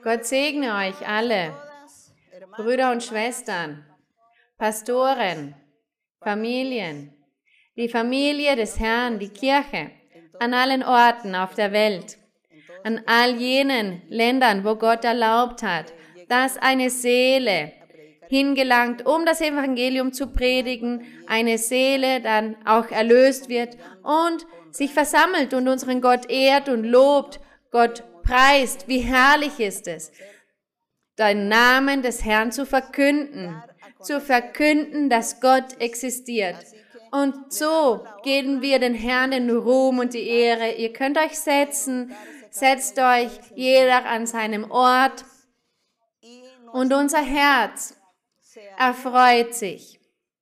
Gott segne euch alle, Brüder und Schwestern, Pastoren, Familien, die Familie des Herrn, die Kirche, an allen Orten auf der Welt, an all jenen Ländern, wo Gott erlaubt hat, dass eine Seele hingelangt, um das Evangelium zu predigen, eine Seele dann auch erlöst wird und sich versammelt und unseren Gott ehrt und lobt, Gott preist. Wie herrlich ist es, den Namen des Herrn zu verkünden, dass Gott existiert. Und so geben wir den Herrn den Ruhm und die Ehre. Ihr könnt euch setzen, setzt euch jeder an seinem Ort und unser Herz erfreut sich.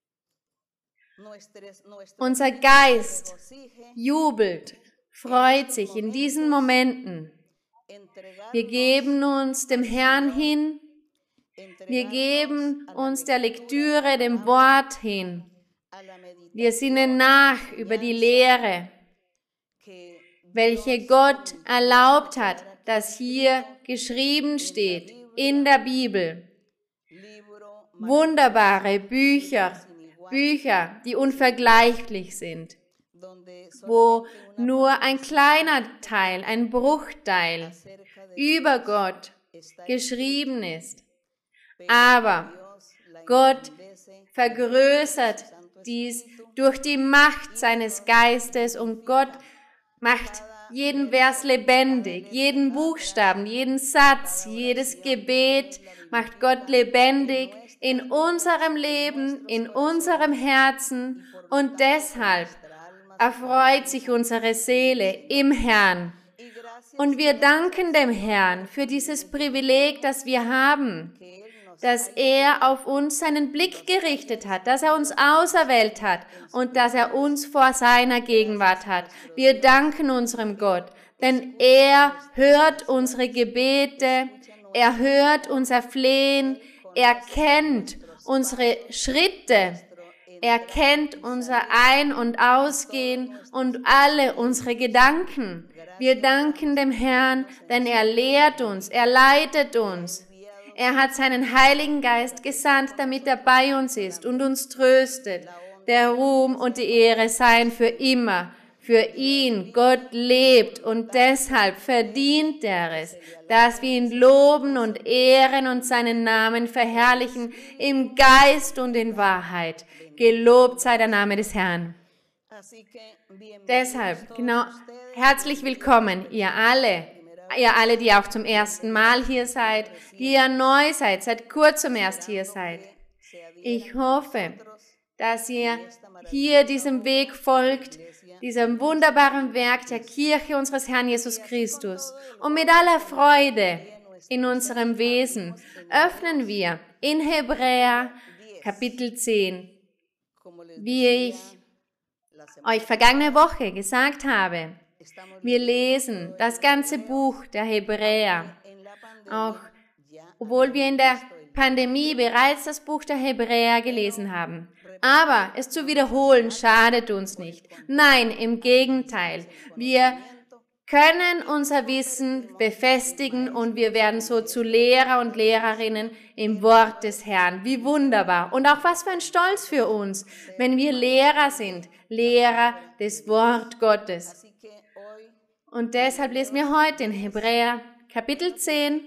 Unser Geist jubelt, freut sich in diesen Momenten. Wir geben uns dem Herrn hin, wir geben uns der Lektüre, dem Wort hin. Wir sinnen nach über die Lehre, welche Gott erlaubt hat, dass hier geschrieben steht in der Bibel. Wunderbare Bücher, die unvergleichlich sind, wo nur ein kleiner Teil, ein Bruchteil über Gott geschrieben ist. Aber Gott vergrößert dies durch die Macht seines Geistes und Gott macht jeden Vers lebendig, jeden Buchstaben, jeden Satz, jedes Gebet macht Gott lebendig in unserem Leben, in unserem Herzen und deshalb erfreut sich unsere Seele im Herrn. Und wir danken dem Herrn für dieses Privileg, das wir haben, dass er auf uns seinen Blick gerichtet hat, dass er uns auserwählt hat und dass er uns vor seiner Gegenwart hat. Wir danken unserem Gott, denn er hört unsere Gebete, er hört unser Flehen, er kennt unsere Schritte, er kennt unser Ein- und Ausgehen und alle unsere Gedanken. Wir danken dem Herrn, denn er lehrt uns, er leitet uns. Er hat seinen Heiligen Geist gesandt, damit er bei uns ist und uns tröstet. Der Ruhm und die Ehre seien für immer. Für ihn, Gott lebt und deshalb verdient er es, dass wir ihn loben und ehren und seinen Namen verherrlichen im Geist und in Wahrheit. Gelobt sei der Name des Herrn. Deshalb, herzlich willkommen, ihr alle, die auch zum ersten Mal hier seid, die ihr neu seid, seit kurzem erst hier seid. Ich hoffe, dass ihr hier diesem Weg folgt, diesem wunderbaren Werk der Kirche unseres Herrn Jesus Christus. Und mit aller Freude in unserem Wesen öffnen wir in Hebräer Kapitel 10, wie ich euch vergangene Woche gesagt habe. Wir lesen das ganze Buch der Hebräer, auch obwohl wir in der Pandemie bereits das Buch der Hebräer gelesen haben. Aber es zu wiederholen schadet uns nicht. Nein, im Gegenteil. Wir können unser Wissen befestigen und wir werden so zu Lehrer und Lehrerinnen im Wort des Herrn. Wie wunderbar. Und auch was für ein Stolz für uns, wenn wir Lehrer sind, Lehrer des Wort Gottes. Und deshalb lesen wir heute in Hebräer Kapitel 10.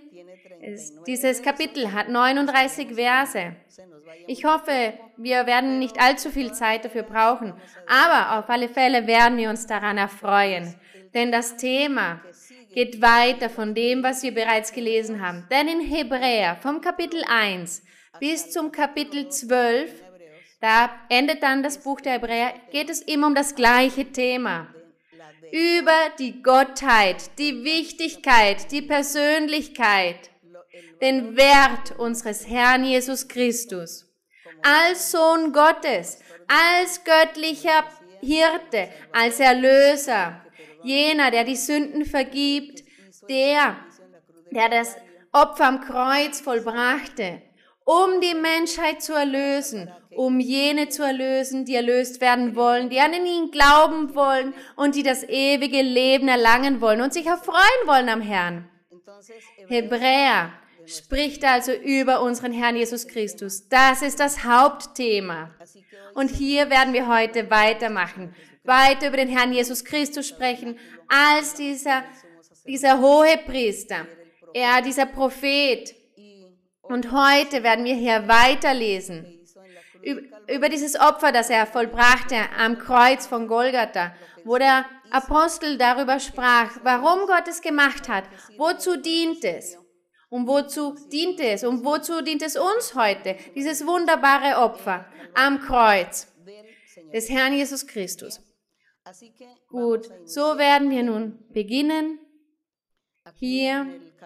Dieses Kapitel hat 39 Verse. Ich hoffe, wir werden nicht allzu viel Zeit dafür brauchen, aber auf alle Fälle werden wir uns daran erfreuen. Denn das Thema geht weiter von dem, was wir bereits gelesen haben. Denn in Hebräer vom Kapitel 1 bis zum Kapitel 12, da endet dann das Buch der Hebräer, geht es immer um das gleiche Thema. Über die Gottheit, die Wichtigkeit, die Persönlichkeit, den Wert unseres Herrn Jesus Christus. Als Sohn Gottes, als göttlicher Hirte, als Erlöser, jener, der die Sünden vergibt, der das Opfer am Kreuz vollbrachte, um die Menschheit zu erlösen, um jene zu erlösen, die erlöst werden wollen, die an ihn glauben wollen und die das ewige Leben erlangen wollen und sich erfreuen wollen am Herrn. Hebräer spricht also über unseren Herrn Jesus Christus. Das ist das Hauptthema. Und hier werden wir heute weitermachen, weiter über den Herrn Jesus Christus sprechen, als dieser Hohepriester, dieser Prophet. Und heute werden wir hier weiterlesen über dieses Opfer, das er vollbrachte am Kreuz von Golgatha, wo der Apostel darüber sprach, warum Gott es gemacht hat, wozu dient es und wozu dient es und wozu dient es uns heute, dieses wunderbare Opfer am Kreuz des Herrn Jesus Christus. Gut, so werden wir nun beginnen. Hier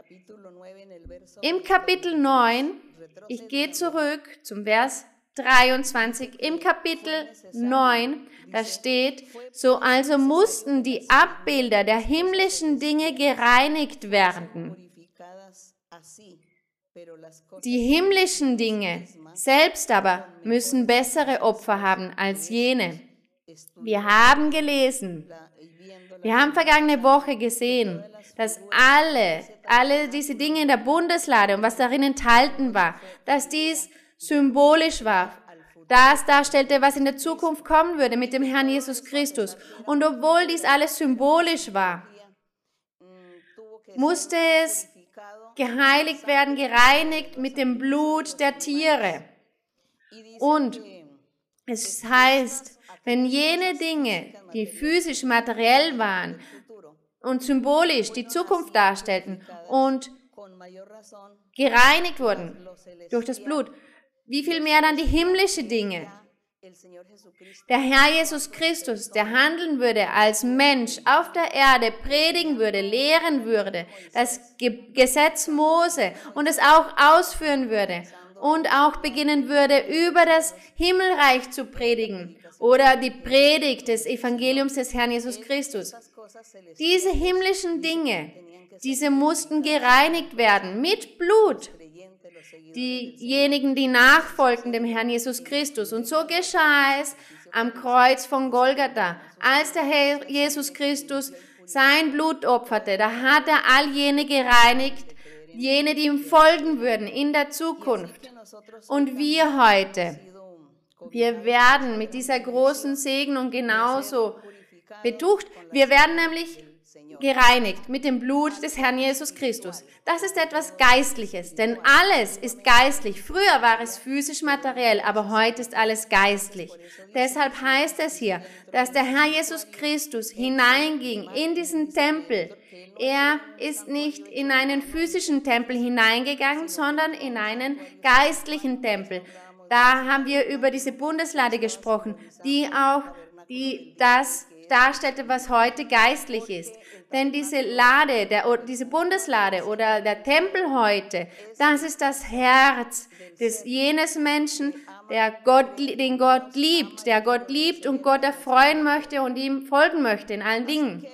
im Kapitel 9, ich gehe zurück zum Vers 23, im Kapitel 9, da steht, so also mussten die Abbilder der himmlischen Dinge gereinigt werden. Die himmlischen Dinge selbst aber müssen bessere Opfer haben als jene. Wir haben gelesen, wir haben vergangene Woche gesehen, dass alle diese Dinge in der Bundeslade und was darin enthalten war, dass dies symbolisch war, das darstellte, was in der Zukunft kommen würde mit dem Herrn Jesus Christus. Und obwohl dies alles symbolisch war, musste es geheiligt werden, gereinigt mit dem Blut der Tiere. Und es heißt, wenn jene Dinge, die physisch materiell waren und symbolisch die Zukunft darstellten und gereinigt wurden durch das Blut, wie viel mehr dann die himmlischen Dinge. Der Herr Jesus Christus, der handeln würde als Mensch auf der Erde, predigen würde, lehren würde, das Gesetz Mose und es auch ausführen würde und auch beginnen würde, über das Himmelreich zu predigen oder die Predigt des Evangeliums des Herrn Jesus Christus. Diese himmlischen Dinge, diese mussten gereinigt werden mit Blut. Diejenigen, die nachfolgten dem Herrn Jesus Christus. Und so geschah es am Kreuz von Golgatha, als der Herr Jesus Christus sein Blut opferte. Da hat er all jene gereinigt, jene, die ihm folgen würden in der Zukunft. Und wir heute, wir werden mit dieser großen Segnung genauso betucht. Wir werden nämlich gereinigt mit dem Blut des Herrn Jesus Christus. Das ist etwas Geistliches, denn alles ist geistlich. Früher war es physisch materiell, aber heute ist alles geistlich. Deshalb heißt es hier, dass der Herr Jesus Christus hineinging in diesen Tempel. Er ist nicht in einen physischen Tempel hineingegangen, sondern in einen geistlichen Tempel. Da haben wir über diese Bundeslade gesprochen, die das darstellte, was heute geistlich ist. Denn diese diese Bundeslade oder der Tempel heute, das ist das Herz jenes Menschen, den Gott liebt und Gott erfreuen möchte und ihm folgen möchte in allen Dingen.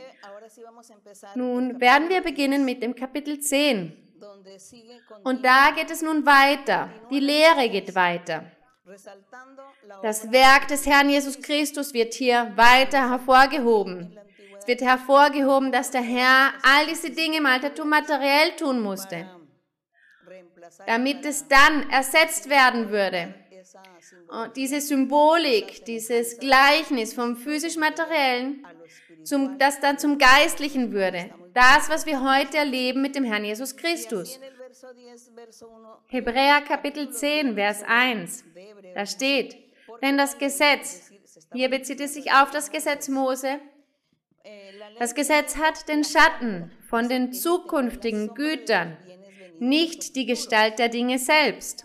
Nun werden wir beginnen mit dem Kapitel 10. Und da geht es nun weiter. Die Lehre geht weiter. Das Werk des Herrn Jesus Christus wird hier weiter hervorgehoben. Es wird hervorgehoben, dass der Herr all diese Dinge im Altertum materiell tun musste, damit es dann ersetzt werden würde. Und diese Symbolik, dieses Gleichnis vom physisch-materiellen, das dann zum Geistlichen würde. Das, was wir heute erleben mit dem Herrn Jesus Christus. Hebräer Kapitel 10, Vers 1, da steht, denn das Gesetz, hier bezieht es sich auf das Gesetz Mose, das Gesetz hat den Schatten von den zukünftigen Gütern, nicht die Gestalt der Dinge selbst.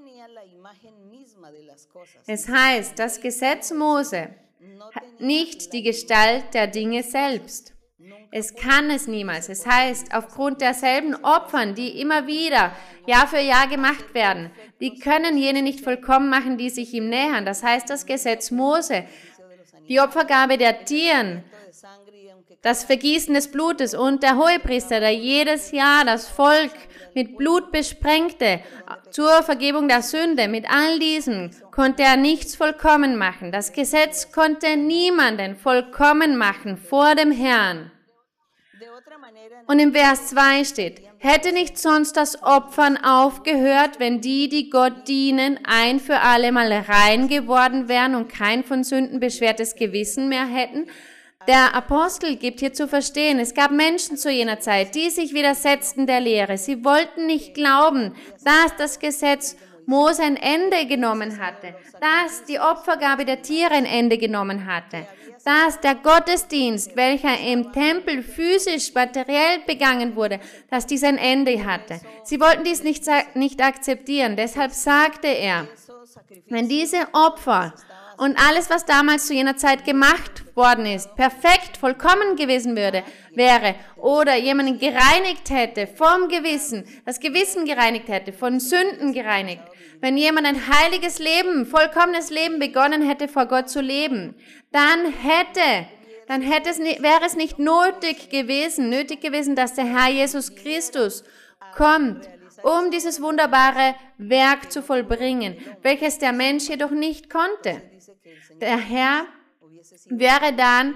Es heißt, das Gesetz Mose hat nicht die Gestalt der Dinge selbst. Es kann es niemals. Es heißt, aufgrund derselben Opfern, die immer wieder Jahr für Jahr gemacht werden, die können jene nicht vollkommen machen, die sich ihm nähern. Das heißt, das Gesetz Mose, die Opfergabe der Tieren, das Vergießen des Blutes und der Hohepriester, der jedes Jahr das Volk mit Blut besprengte zur Vergebung der Sünde, mit all diesem konnte er nichts vollkommen machen. Das Gesetz konnte niemanden vollkommen machen vor dem Herrn. Und im Vers 2 steht, hätte nicht sonst das Opfern aufgehört, wenn die Gott dienen, ein für alle Mal rein geworden wären und kein von Sünden beschwertes Gewissen mehr hätten? Der Apostel gibt hier zu verstehen, es gab Menschen zu jener Zeit, die sich widersetzten der Lehre. Sie wollten nicht glauben, dass das Gesetz Mose ein Ende genommen hatte, dass die Opfergabe der Tiere ein Ende genommen hatte, dass der Gottesdienst, welcher im Tempel physisch, materiell begangen wurde, dass dies ein Ende hatte. Sie wollten dies nicht akzeptieren. Deshalb sagte er, wenn diese Opfer und alles, was damals zu jener Zeit gemacht worden ist, perfekt, vollkommen gewesen wäre oder jemanden gereinigt hätte vom Gewissen, das Gewissen gereinigt hätte, von Sünden gereinigt, wenn jemand ein heiliges Leben, vollkommenes Leben begonnen hätte, vor Gott zu leben, dann wäre es nicht nötig gewesen, dass der Herr Jesus Christus kommt, um dieses wunderbare Werk zu vollbringen, welches der Mensch jedoch nicht konnte. Der Herr wäre dann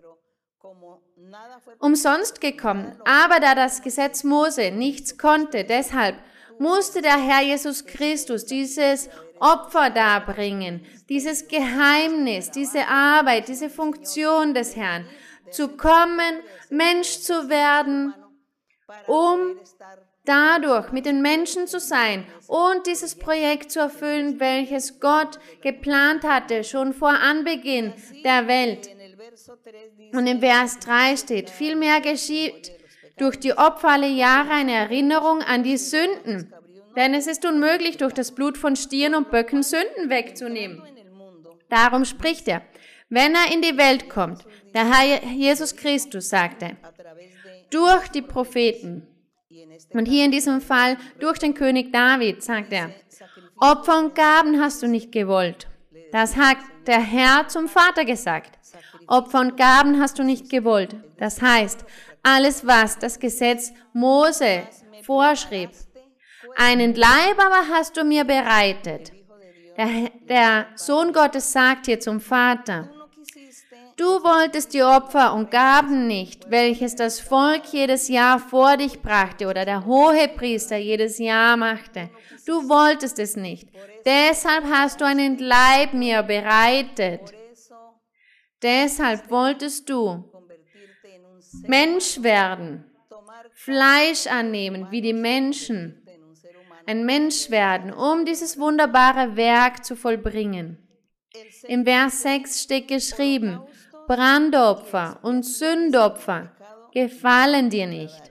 umsonst gekommen, aber da das Gesetz Mose nichts konnte, deshalb musste der Herr Jesus Christus dieses Opfer darbringen, dieses Geheimnis, diese Arbeit, diese Funktion des Herrn, zu kommen, Mensch zu werden, um dadurch mit den Menschen zu sein und dieses Projekt zu erfüllen, welches Gott geplant hatte, schon vor Anbeginn der Welt. Und im Vers 3 steht, vielmehr geschieht durch die Opfer alle Jahre eine Erinnerung an die Sünden, denn es ist unmöglich, durch das Blut von Stieren und Böcken Sünden wegzunehmen. Darum spricht er, wenn er in die Welt kommt, der Herr Jesus Christus sagte, durch die Propheten, und hier in diesem Fall durch den König David, sagt er, Opfer und Gaben hast du nicht gewollt. Das hat der Herr zum Vater gesagt. Opfer und Gaben hast du nicht gewollt. Das heißt, alles, was das Gesetz Mose vorschrieb. Einen Leib aber hast du mir bereitet. Der Sohn Gottes sagt hier zum Vater, du wolltest die Opfer und Gaben nicht, welches das Volk jedes Jahr vor dich brachte oder der Hohepriester jedes Jahr machte. Du wolltest es nicht. Deshalb hast du einen Leib mir bereitet. Deshalb wolltest du Mensch werden, Fleisch annehmen wie die Menschen, ein Mensch werden, um dieses wunderbare Werk zu vollbringen. Im Vers 6 steht geschrieben, Brandopfer und Sündopfer gefallen dir nicht.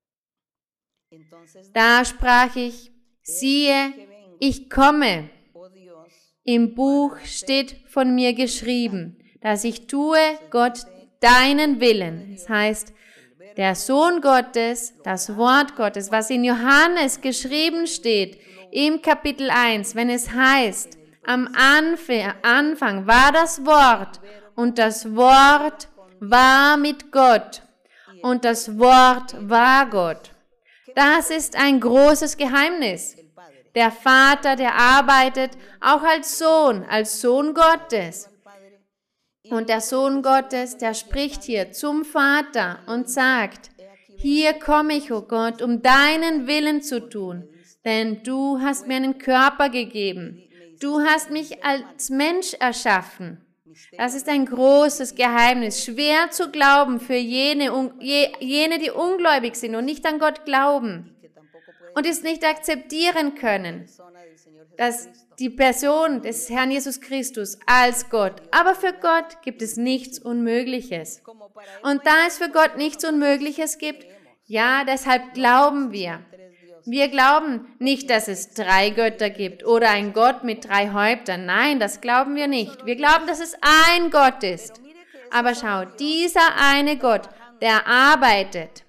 Da sprach ich, siehe, ich komme. Im Buch steht von mir geschrieben, dass ich tue, Gott, deinen Willen. Das heißt, der Sohn Gottes, das Wort Gottes, was in Johannes geschrieben steht, im Kapitel 1, wenn es heißt, am Anfang war das Wort und das Wort war mit Gott und das Wort war Gott. Das ist ein großes Geheimnis. Der Vater, der arbeitet auch als Sohn Gottes. Und der Sohn Gottes, der spricht hier zum Vater und sagt, hier komme ich, o Gott, um deinen Willen zu tun, denn du hast mir einen Körper gegeben. Du hast mich als Mensch erschaffen. Das ist ein großes Geheimnis, schwer zu glauben für jene, die ungläubig sind und nicht an Gott glauben und es nicht akzeptieren können, dass die Person des Herrn Jesus Christus als Gott. Aber für Gott gibt es nichts Unmögliches. Und da es für Gott nichts Unmögliches gibt, ja, deshalb glauben wir. Wir glauben nicht, dass es 3 Götter gibt oder ein Gott mit 3 Häuptern. Nein, das glauben wir nicht. Wir glauben, dass es ein Gott ist. Aber schau, dieser eine Gott, der arbeitet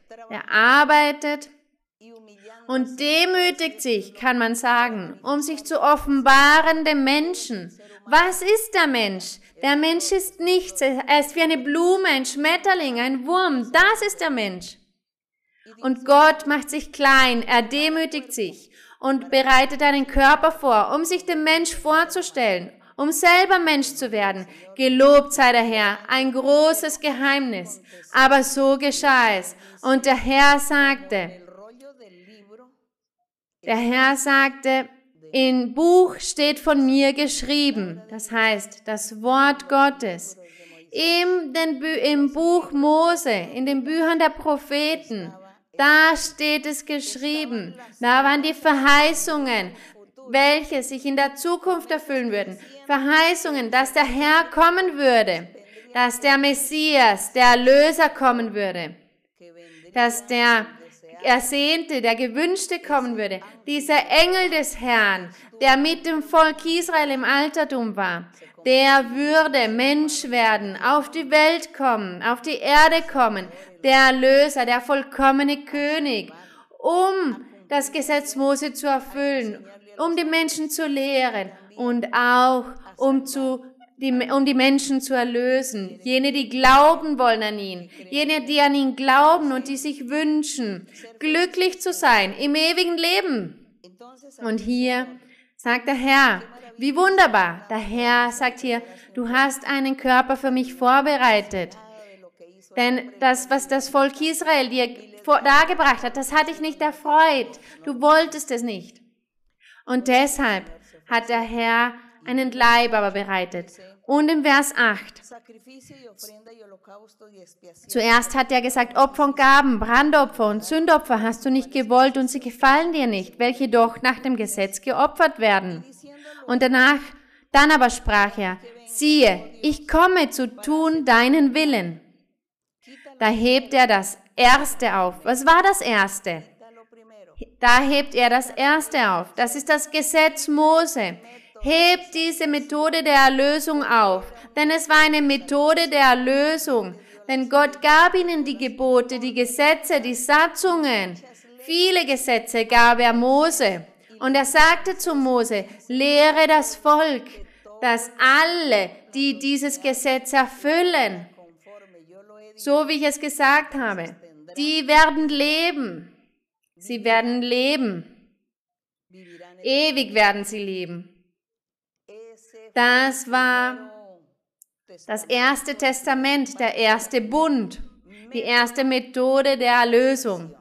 und demütigt sich, kann man sagen, um sich zu offenbaren dem Menschen. Was ist der Mensch? Der Mensch ist nichts. Er ist wie eine Blume, ein Schmetterling, ein Wurm. Das ist der Mensch. Und Gott macht sich klein, er demütigt sich und bereitet einen Körper vor, um sich dem Mensch vorzustellen, um selber Mensch zu werden. Gelobt sei der Herr, ein großes Geheimnis. Aber so geschah es. Und der Herr sagte, im Buch steht von mir geschrieben, das heißt, das Wort Gottes. Im Buch Mose, in den Büchern der Propheten, da steht es geschrieben. Da waren die Verheißungen, welche sich in der Zukunft erfüllen würden. Verheißungen, dass der Herr kommen würde, dass der Messias, der Erlöser kommen würde, dass der Ersehnte, der Gewünschte kommen würde. Dieser Engel des Herrn, der mit dem Volk Israel im Altertum war, der würde Mensch werden, auf die Welt kommen, auf die Erde kommen, der Erlöser, der vollkommene König, um das Gesetz Mose zu erfüllen, um die Menschen zu lehren und auch um die Menschen zu erlösen. Jene, die glauben wollen an ihn, jene, die an ihn glauben und die sich wünschen, glücklich zu sein im ewigen Leben. Und hier sagt der Herr, wie wunderbar, der Herr sagt hier, du hast einen Körper für mich vorbereitet. Denn das, was das Volk Israel dir dargebracht hat, das hat dich nicht erfreut. Du wolltest es nicht. Und deshalb hat der Herr einen Leib aber bereitet. Und im Vers 8, zuerst hat er gesagt, Opfer und Gaben, Brandopfer und Sündopfer hast du nicht gewollt und sie gefallen dir nicht, welche doch nach dem Gesetz geopfert werden. Und dann aber sprach er, siehe, ich komme zu tun deinen Willen. Da hebt er das Erste auf. Was war das Erste? Da hebt er das Erste auf. Das ist das Gesetz Mose. Hebt diese Methode der Erlösung auf, denn es war eine Methode der Erlösung. Denn Gott gab ihnen die Gebote, die Gesetze, die Satzungen. Viele Gesetze gab er Mose. Und er sagte zu Mose, lehre das Volk, dass alle, die dieses Gesetz erfüllen, so wie ich es gesagt habe, die werden leben. Sie werden leben. Ewig werden sie leben. Das war das erste Testament, der erste Bund, die erste Methode der Erlösung.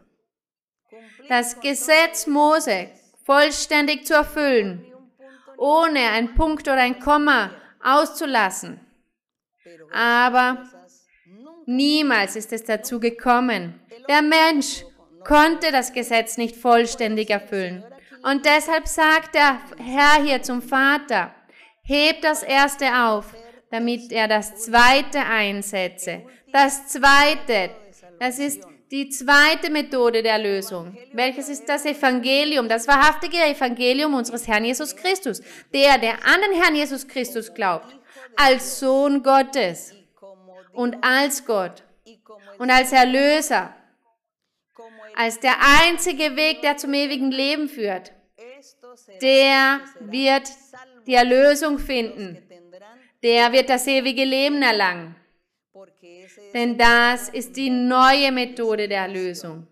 Das Gesetz Mose vollständig zu erfüllen, ohne ein Punkt oder ein Komma auszulassen. Aber niemals ist es dazu gekommen. Der Mensch konnte das Gesetz nicht vollständig erfüllen. Und deshalb sagt der Herr hier zum Vater, heb das Erste auf, damit er das Zweite einsetze. Das Zweite, das ist die zweite Methode der Erlösung. Welches ist das Evangelium, das wahrhaftige Evangelium unseres Herrn Jesus Christus. Der an den Herrn Jesus Christus glaubt, als Sohn Gottes und als Gott und als Erlöser, als der einzige Weg, der zum ewigen Leben führt, der wird die Erlösung finden. Der wird das ewige Leben erlangen. Denn das ist die neue Methode der Erlösung.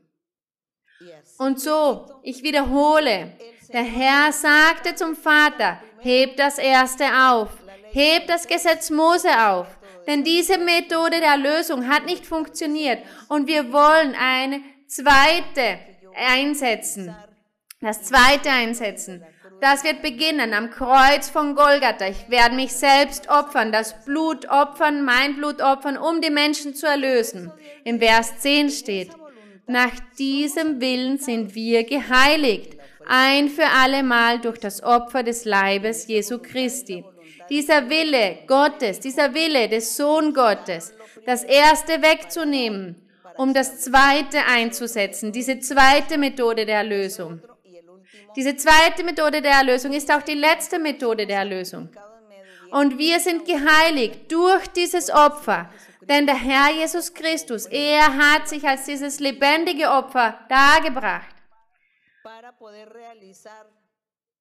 Und so, ich wiederhole, der Herr sagte zum Vater, heb das Erste auf, heb das Gesetz Mose auf, denn diese Methode der Erlösung hat nicht funktioniert und wir wollen eine zweite einsetzen. Das zweite einsetzen. Das wird beginnen am Kreuz von Golgatha. Ich werde mich selbst opfern, das Blut opfern, mein Blut opfern, um die Menschen zu erlösen. Im Vers 10 steht, nach diesem Willen sind wir geheiligt, ein für allemal durch das Opfer des Leibes Jesu Christi. Dieser Wille Gottes, dieser Wille des Sohn Gottes, das Erste wegzunehmen, um das Zweite einzusetzen, diese zweite Methode der Erlösung. Diese zweite Methode der Erlösung ist auch die letzte Methode der Erlösung. Und wir sind geheiligt durch dieses Opfer, denn der Herr Jesus Christus, er hat sich als dieses lebendige Opfer dargebracht,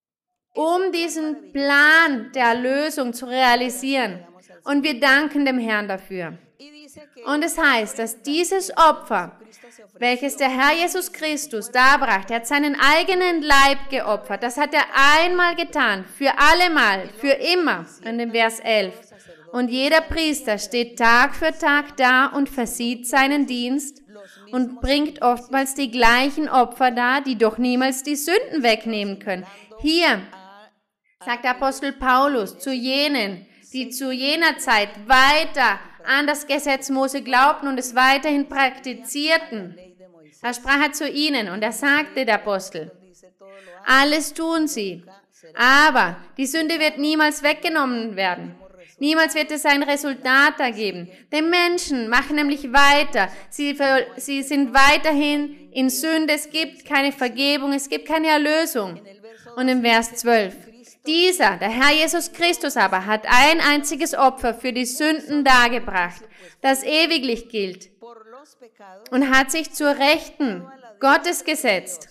um diesen Plan der Erlösung zu realisieren. Und wir danken dem Herrn dafür. Und es heißt, dass dieses Opfer, welches der Herr Jesus Christus darbrachte, er hat seinen eigenen Leib geopfert. Das hat er einmal getan, für allemal, für immer, in dem Vers 11. Und jeder Priester steht Tag für Tag da und versieht seinen Dienst und bringt oftmals die gleichen Opfer dar, die doch niemals die Sünden wegnehmen können. Hier sagt der Apostel Paulus zu jenen, die zu jener Zeit weiter an das Gesetz Mose glaubten und es weiterhin praktizierten. Da sprach er zu ihnen und er sagte, der Apostel, alles tun sie, aber die Sünde wird niemals weggenommen werden. Niemals wird es ein Resultat da geben. Die Menschen machen nämlich weiter. Sie sind weiterhin in Sünde. Es gibt keine Vergebung, es gibt keine Erlösung. Und im Vers 12. Dieser, der Herr Jesus Christus aber, hat ein einziges Opfer für die Sünden dargebracht, das ewiglich gilt, und hat sich zur Rechten Gottes gesetzt.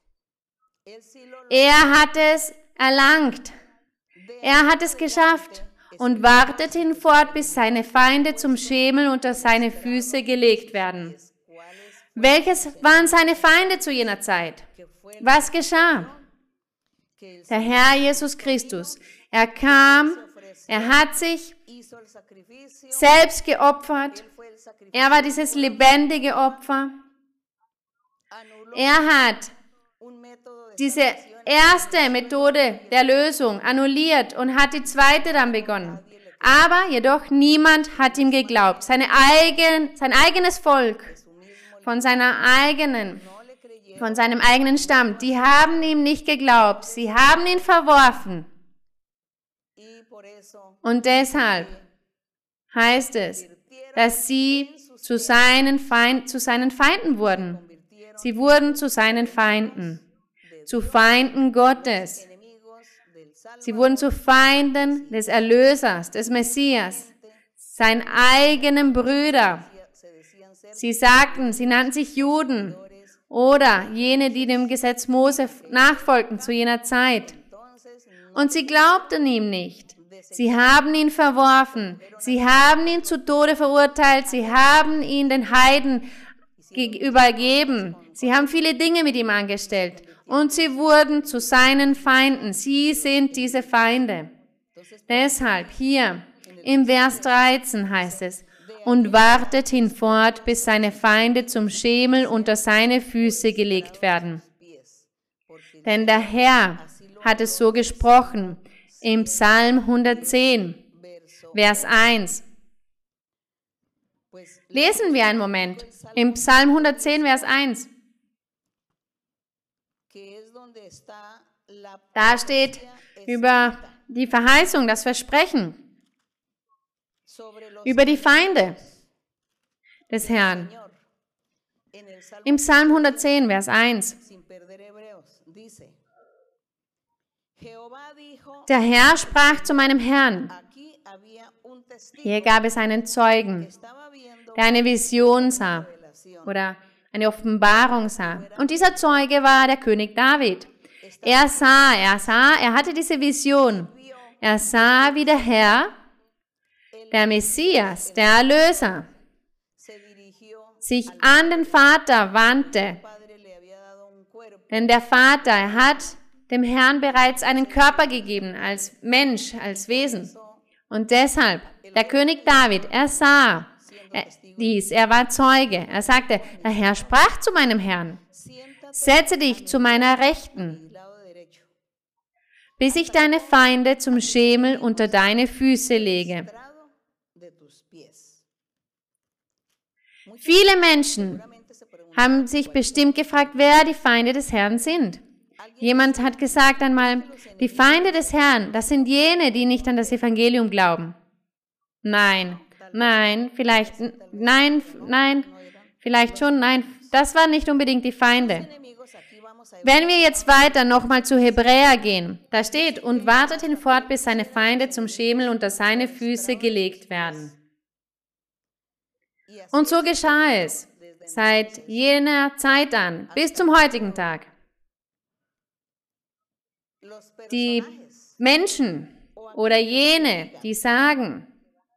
Er hat es erlangt. Er hat es geschafft und wartet hinfort, bis seine Feinde zum Schemel unter seine Füße gelegt werden. Welches waren seine Feinde zu jener Zeit? Was geschah? Der Herr Jesus Christus, er kam, er hat sich selbst geopfert, er war dieses lebendige Opfer. Er hat diese erste Methode der Lösung annulliert und hat die zweite dann begonnen. Aber jedoch niemand hat ihm geglaubt. Sein eigenes Volk, von seinem eigenen Stamm, die haben ihm nicht geglaubt. Sie haben ihn verworfen. Und deshalb heißt es, dass sie zu seinen Feinden wurden. Sie wurden zu seinen Feinden, zu Feinden Gottes. Sie wurden zu Feinden des Erlösers, des Messias, seinen eigenen Brüder. Sie nannten sich Juden oder jene, die dem Gesetz Mose nachfolgten zu jener Zeit. Und sie glaubten ihm nicht. Sie haben ihn verworfen. Sie haben ihn zu Tode verurteilt. Sie haben ihn den Heiden übergeben. Sie haben viele Dinge mit ihm angestellt. Und sie wurden zu seinen Feinden. Sie sind diese Feinde. Deshalb hier im Vers 13 heißt es, und wartet hinfort, bis seine Feinde zum Schemel unter seine Füße gelegt werden. Denn der Herr hat es so gesprochen im Psalm 110, Vers 1. Lesen wir einen Moment. Im Psalm 110, Vers 1. Da steht über die Verheißung, das Versprechen, über die Feinde des Herrn. Im Psalm 110, Vers 1. Der Herr sprach zu meinem Herrn. Hier gab es einen Zeugen, der eine Vision sah oder eine Offenbarung sah. Und dieser Zeuge war der König David. Er hatte diese Vision. Er sah, wie der Herr, der Messias, der Erlöser, sich an den Vater wandte. Denn der Vater, er hat dem Herrn bereits einen Körper gegeben, als Mensch, als Wesen. Und deshalb, der König David, er sah dies, er war Zeuge. Er sagte, der Herr sprach zu meinem Herrn, setze dich zu meiner Rechten, bis ich deine Feinde zum Schemel unter deine Füße lege. Viele Menschen haben sich bestimmt gefragt, wer die Feinde des Herrn sind. Jemand hat gesagt einmal, die Feinde des Herrn, das sind jene, die nicht an das Evangelium glauben. Nein, vielleicht schon, nein, das waren nicht unbedingt die Feinde. Wenn wir jetzt weiter nochmal zu Hebräer gehen, da steht, und wartet hinfort, bis seine Feinde zum Schemel unter seine Füße gelegt werden. Und so geschah es, seit jener Zeit an, bis zum heutigen Tag. die Menschen oder jene, die sagen,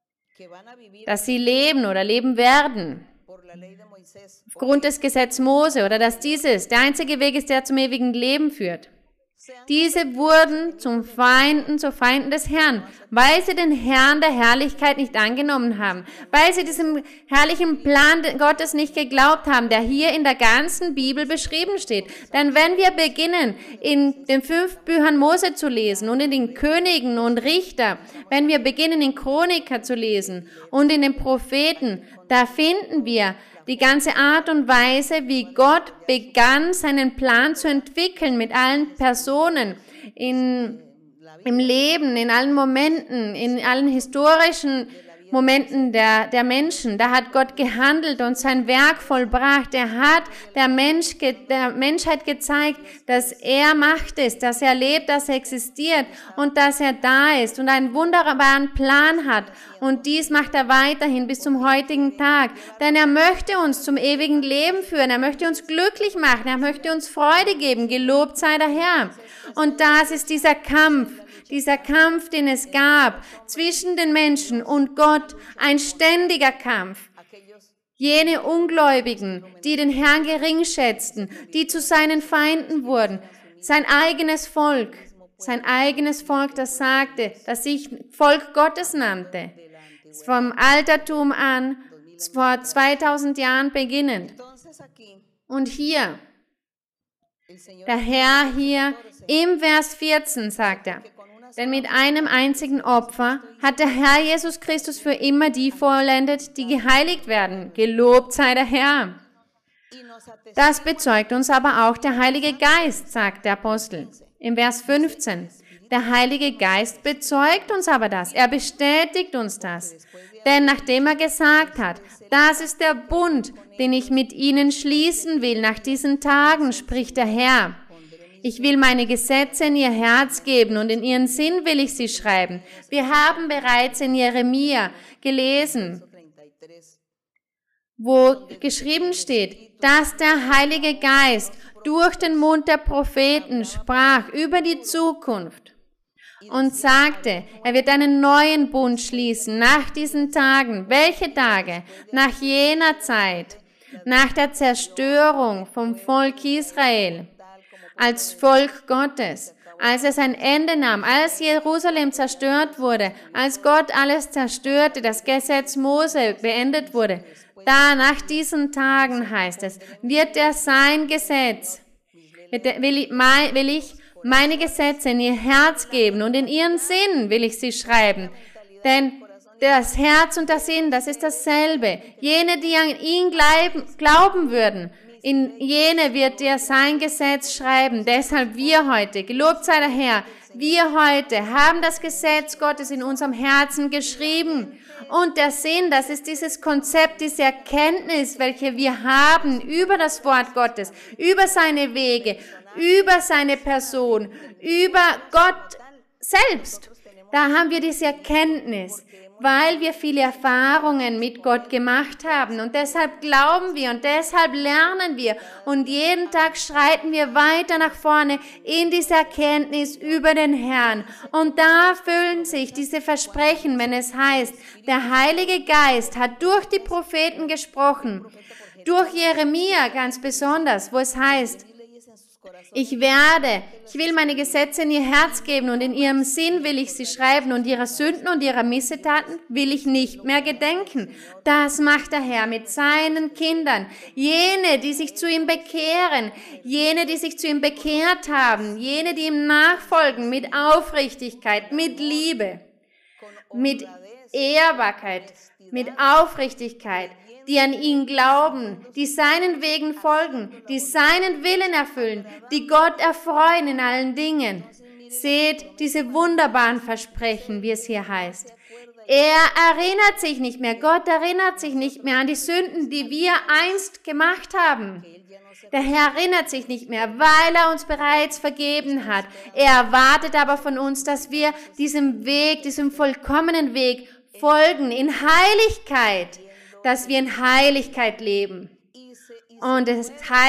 dass sie leben oder leben werden, aufgrund des Gesetzes Mose, oder dass dieses der einzige Weg ist, der zum ewigen Leben führt. Diese wurden zu Feinden des Herrn, weil sie den Herrn der Herrlichkeit nicht angenommen haben, weil sie diesem herrlichen Plan Gottes nicht geglaubt haben, der hier in der ganzen Bibel beschrieben steht. Denn wenn wir beginnen, in den 5 Büchern Mose zu lesen und in den Königen und Richter, wenn wir beginnen, in Chroniker zu lesen und in den Propheten, da finden wir die ganze Art und Weise, wie Gott begann, seinen Plan zu entwickeln mit allen Personen im Leben, in allen Momenten, in allen historischen Momenten der Menschen. Da hat Gott gehandelt und sein Werk vollbracht. Er hat der Menschheit gezeigt, dass er Macht ist, dass er lebt, dass er existiert und dass er da ist und einen wunderbaren Plan hat. Und dies macht er weiterhin bis zum heutigen Tag. Denn er möchte uns zum ewigen Leben führen. Er möchte uns glücklich machen. Er möchte uns Freude geben. Gelobt sei der Herr. Und das ist dieser Kampf, den es gab zwischen den Menschen und Gott, ein ständiger Kampf. Jene Ungläubigen, die den Herrn gering schätzten, die zu seinen Feinden wurden, sein eigenes Volk, das sagte, das sich Volk Gottes nannte, vom Altertum an, vor 2000 Jahren beginnend. Und hier, der Herr hier im Vers 14 sagt er, denn mit einem einzigen Opfer hat der Herr Jesus Christus für immer die vollendet, die geheiligt werden. Gelobt sei der Herr. Das bezeugt uns aber auch der Heilige Geist, sagt der Apostel im Vers 15. Der Heilige Geist bezeugt uns aber das. Er bestätigt uns das. Denn nachdem er gesagt hat, das ist der Bund, den ich mit ihnen schließen will nach diesen Tagen, spricht der Herr. Ich will meine Gesetze in ihr Herz geben und in ihren Sinn will ich sie schreiben. Wir haben bereits in Jeremia gelesen, wo geschrieben steht, dass der Heilige Geist durch den Mund der Propheten sprach über die Zukunft und sagte, er wird einen neuen Bund schließen nach diesen Tagen. Welche Tage? Nach jener Zeit, nach der Zerstörung vom Volk Israel. Als Volk Gottes, als es ein Ende nahm, als Jerusalem zerstört wurde, als Gott alles zerstörte, das Gesetz Mose beendet wurde, da nach diesen Tagen, heißt es, wird er sein Gesetz, will ich meine Gesetze in ihr Herz geben und in ihren Sinn will ich sie schreiben. Denn das Herz und der Sinn, das ist dasselbe. Jene, die an ihn glauben würden, in jene wird er sein Gesetz schreiben. Deshalb wir heute, gelobt sei der Herr, wir heute haben das Gesetz Gottes in unserem Herzen geschrieben. Und der Sinn, das ist dieses Konzept, diese Erkenntnis, welche wir haben über das Wort Gottes, über seine Wege, über seine Person, über Gott selbst. Da haben wir diese Erkenntnis, weil wir viele Erfahrungen mit Gott gemacht haben. Und deshalb glauben wir und deshalb lernen wir. Und jeden Tag schreiten wir weiter nach vorne in diese Erkenntnis über den Herrn. Und da erfüllen sich diese Versprechen, wenn es heißt, der Heilige Geist hat durch die Propheten gesprochen, durch Jeremia ganz besonders, wo es heißt, ich will meine Gesetze in ihr Herz geben und in ihrem Sinn will ich sie schreiben und ihrer Sünden und ihrer Missetaten will ich nicht mehr gedenken. Das macht der Herr mit seinen Kindern. Jene, die sich zu ihm bekehren, jene, die sich zu ihm bekehrt haben, jene, die ihm nachfolgen mit Aufrichtigkeit, mit Liebe, mit Ehrbarkeit, mit Aufrichtigkeit, die an ihn glauben, die seinen Wegen folgen, die seinen Willen erfüllen, die Gott erfreuen in allen Dingen. Seht diese wunderbaren Versprechen, wie es hier heißt. Er erinnert sich nicht mehr, Gott erinnert sich nicht mehr an die Sünden, die wir einst gemacht haben. Der Herr erinnert sich nicht mehr, weil er uns bereits vergeben hat. Er erwartet aber von uns, dass wir diesem Weg, diesem vollkommenen Weg folgen, in Heiligkeit, dass wir in Heiligkeit leben. Und es heißt,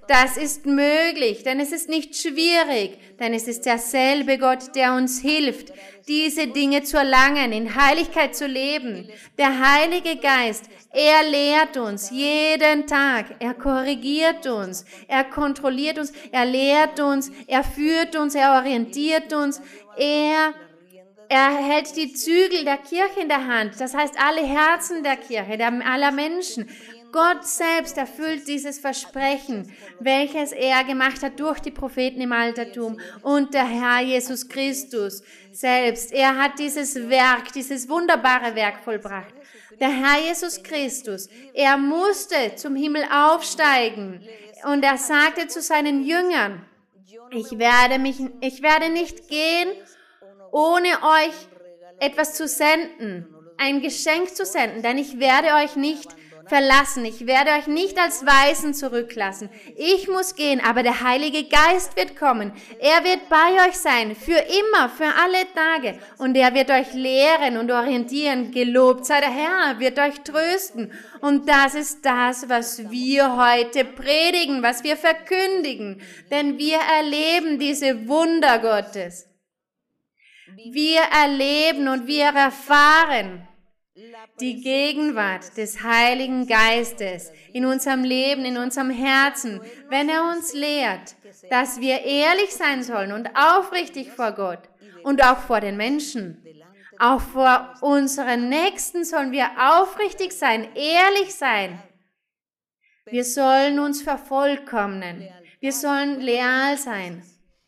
Das ist möglich, denn es ist nicht schwierig, denn es ist derselbe Gott, der uns hilft, diese Dinge zu erlangen, in Heiligkeit zu leben. Der Heilige Geist, er lehrt uns jeden Tag, er korrigiert uns, er kontrolliert uns, er lehrt uns, er führt uns, er orientiert uns, er hält die Zügel der Kirche in der Hand, das heißt alle Herzen der Kirche, aller Menschen. Gott selbst erfüllt dieses Versprechen, welches er gemacht hat durch die Propheten im Altertum und der Herr Jesus Christus selbst. Er hat dieses Werk, dieses wunderbare Werk vollbracht. Der Herr Jesus Christus, er musste zum Himmel aufsteigen und er sagte zu seinen Jüngern, ich werde nicht gehen, ohne euch etwas zu senden, ein Geschenk zu senden, denn ich werde euch nicht verlassen. Ich werde euch nicht als Waisen zurücklassen. Ich muss gehen, aber der Heilige Geist wird kommen. Er wird bei euch sein, für immer, für alle Tage. Und er wird euch lehren und orientieren. Gelobt sei der Herr, wird euch trösten. Und das ist das, was wir heute predigen, was wir verkündigen. Denn wir erleben diese Wunder Gottes. Wir erleben und wir erfahren die Gegenwart des Heiligen Geistes in unserem Leben, in unserem Herzen, wenn er uns lehrt, dass wir ehrlich sein sollen und aufrichtig vor Gott und auch vor den Menschen. Auch vor unseren Nächsten sollen wir aufrichtig sein, ehrlich sein. Wir sollen uns vervollkommnen. Wir sollen loyal sein.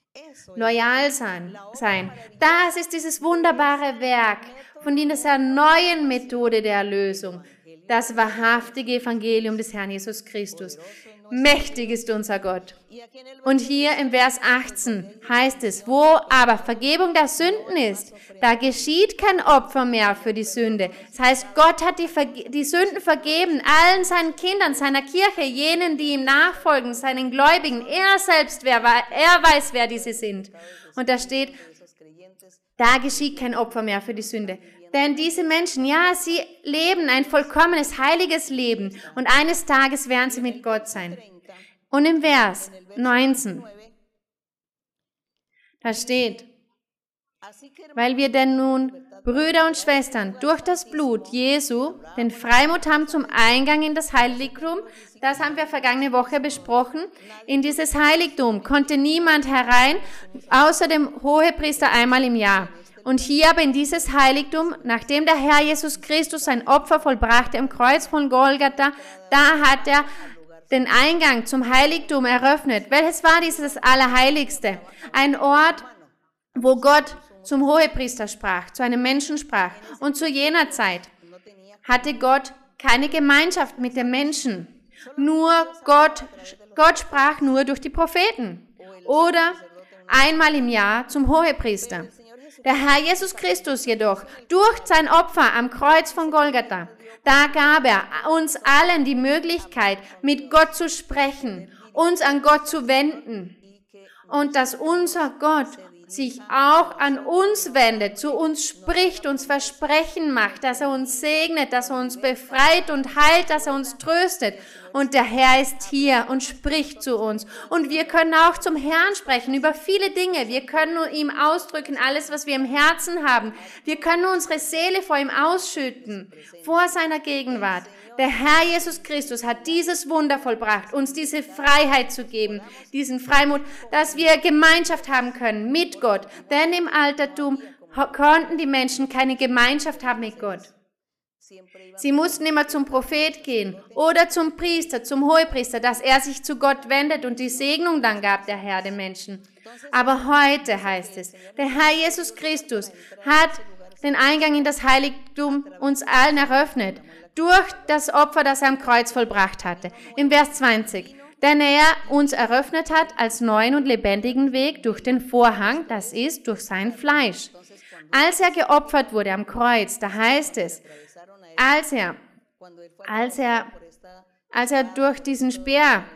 Das ist dieses wunderbare Werk von dieser neuen Methode der Erlösung, das wahrhaftige Evangelium des Herrn Jesus Christus. Mächtig ist unser Gott. Und hier im Vers 18 heißt es, wo aber Vergebung der Sünden ist, da geschieht kein Opfer mehr für die Sünde. Das heißt, Gott hat die Sünden vergeben, allen seinen Kindern, seiner Kirche, jenen, die ihm nachfolgen, seinen Gläubigen. Er selbst, er weiß, wer diese sind. Und da steht, da geschieht kein Opfer mehr für die Sünde. Denn diese Menschen, ja, sie leben ein vollkommenes, heiliges Leben und eines Tages werden sie mit Gott sein. Und im Vers 19, da steht, weil wir denn nun, Brüder und Schwestern, durch das Blut Jesu den Freimut haben zum Eingang in das Heiligtum, das haben wir vergangene Woche besprochen, in dieses Heiligtum konnte niemand herein, außer dem Hohepriester einmal im Jahr. Und hier aber in dieses Heiligtum, nachdem der Herr Jesus Christus sein Opfer vollbrachte am Kreuz von Golgatha, da hat er den Eingang zum Heiligtum eröffnet. Welches war dieses Allerheiligste? Ein Ort, wo Gott zum Hohepriester sprach, zu einem Menschen sprach. Und zu jener Zeit hatte Gott keine Gemeinschaft mit dem Menschen. Nur Gott sprach nur durch die Propheten oder einmal im Jahr zum Hohepriester. Der Herr Jesus Christus jedoch, durch sein Opfer am Kreuz von Golgatha, da gab er uns allen die Möglichkeit, mit Gott zu sprechen, uns an Gott zu wenden und dass unser Gott sich auch an uns wendet, zu uns spricht, uns Versprechen macht, dass er uns segnet, dass er uns befreit und heilt, dass er uns tröstet. Und der Herr ist hier und spricht zu uns. Und wir können auch zum Herrn sprechen über viele Dinge. Wir können ihm ausdrücken, alles, was wir im Herzen haben. Wir können unsere Seele vor ihm ausschütten, vor seiner Gegenwart. Der Herr Jesus Christus hat dieses Wunder vollbracht, uns diese Freiheit zu geben, diesen Freimut, dass wir Gemeinschaft haben können mit Gott. Denn im Altertum konnten die Menschen keine Gemeinschaft haben mit Gott. Sie mussten immer zum Prophet gehen oder zum Priester, zum Hohepriester, dass er sich zu Gott wendet und die Segnung dann gab der Herr den Menschen. Aber heute heißt es, der Herr Jesus Christus hat den Eingang in das Heiligtum uns allen eröffnet, durch das Opfer, das er am Kreuz vollbracht hatte. Im Vers 20, denn er uns eröffnet hat als neuen und lebendigen Weg durch den Vorhang, das ist durch sein Fleisch. Als er geopfert wurde am Kreuz, da heißt es, als er durch diesen Speer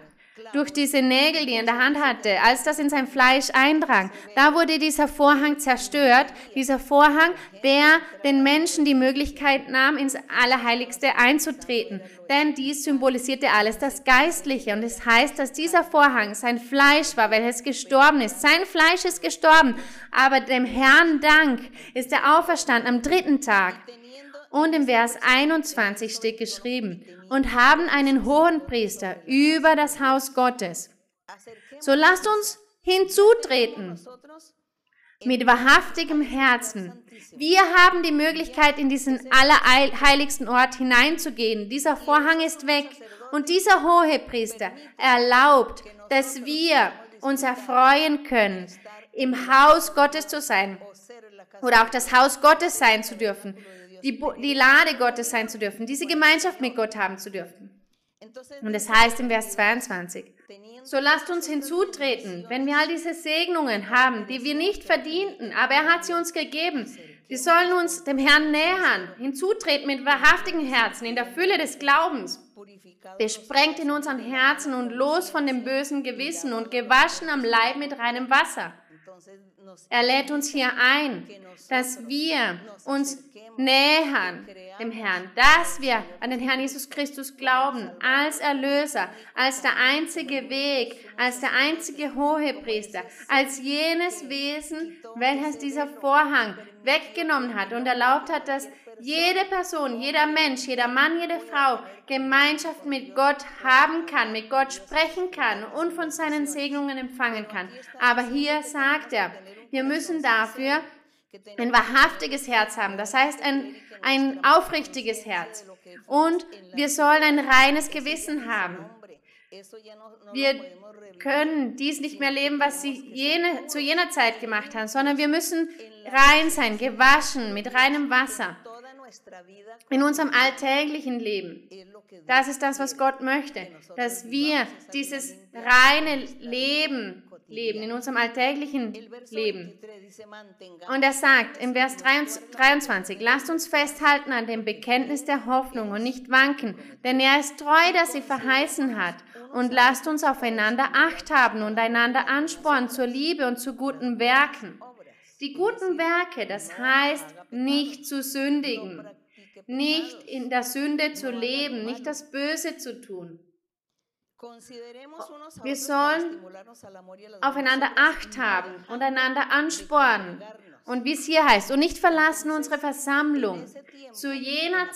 durch diese Nägel, die er in der Hand hatte, als das in sein Fleisch eindrang, da wurde dieser Vorhang zerstört, dieser Vorhang, der den Menschen die Möglichkeit nahm, ins Allerheiligste einzutreten. Denn dies symbolisierte alles das Geistliche. Und es heißt, dass dieser Vorhang sein Fleisch war, welches gestorben ist. Sein Fleisch ist gestorben, aber dem Herrn Dank ist er auferstanden am 3. Tag. Und im Vers 21 steht geschrieben, und haben einen Hohenpriester über das Haus Gottes. So lasst uns hinzutreten mit wahrhaftigem Herzen. Wir haben die Möglichkeit, in diesen allerheiligsten Ort hineinzugehen. Dieser Vorhang ist weg und dieser Hohepriester erlaubt, dass wir uns erfreuen können, im Haus Gottes zu sein oder auch das Haus Gottes sein zu dürfen. Die Lade Gottes sein zu dürfen, diese Gemeinschaft mit Gott haben zu dürfen. Und es heißt im Vers 22, so lasst uns hinzutreten, wenn wir all diese Segnungen haben, die wir nicht verdienten, aber er hat sie uns gegeben. Wir sollen uns dem Herrn nähern, hinzutreten mit wahrhaftigen Herzen, in der Fülle des Glaubens, besprengt in unseren Herzen und los von dem bösen Gewissen und gewaschen am Leib mit reinem Wasser. Er lädt uns hier ein, dass wir uns nähern dem Herrn, dass wir an den Herrn Jesus Christus glauben, als Erlöser, als der einzige Weg, als der einzige Hohepriester, als jenes Wesen, welches dieser Vorhang weggenommen hat und erlaubt hat, dass jede Person, jeder Mensch, jeder Mann, jede Frau Gemeinschaft mit Gott haben kann, mit Gott sprechen kann und von seinen Segnungen empfangen kann. Aber hier sagt er, wir müssen dafür ein wahrhaftiges Herz haben, das heißt ein aufrichtiges Herz. Und wir sollen ein reines Gewissen haben. Wir können dies nicht mehr leben, was sie zu jener Zeit gemacht haben, sondern wir müssen rein sein, gewaschen mit reinem Wasser. In unserem alltäglichen Leben. Das ist das, was Gott möchte, dass wir dieses reine Leben leben, in unserem alltäglichen Leben. Und er sagt im Vers 23, lasst uns festhalten an dem Bekenntnis der Hoffnung und nicht wanken, denn er ist treu, der sie verheißen hat. Und lasst uns aufeinander Acht haben und einander anspornen zur Liebe und zu guten Werken. Die guten Werke, das heißt, nicht zu sündigen, nicht in der Sünde zu leben, nicht das Böse zu tun. Wir sollen aufeinander Acht haben und einander anspornen. Und wie es hier heißt, und nicht verlassen unsere Versammlung zu jener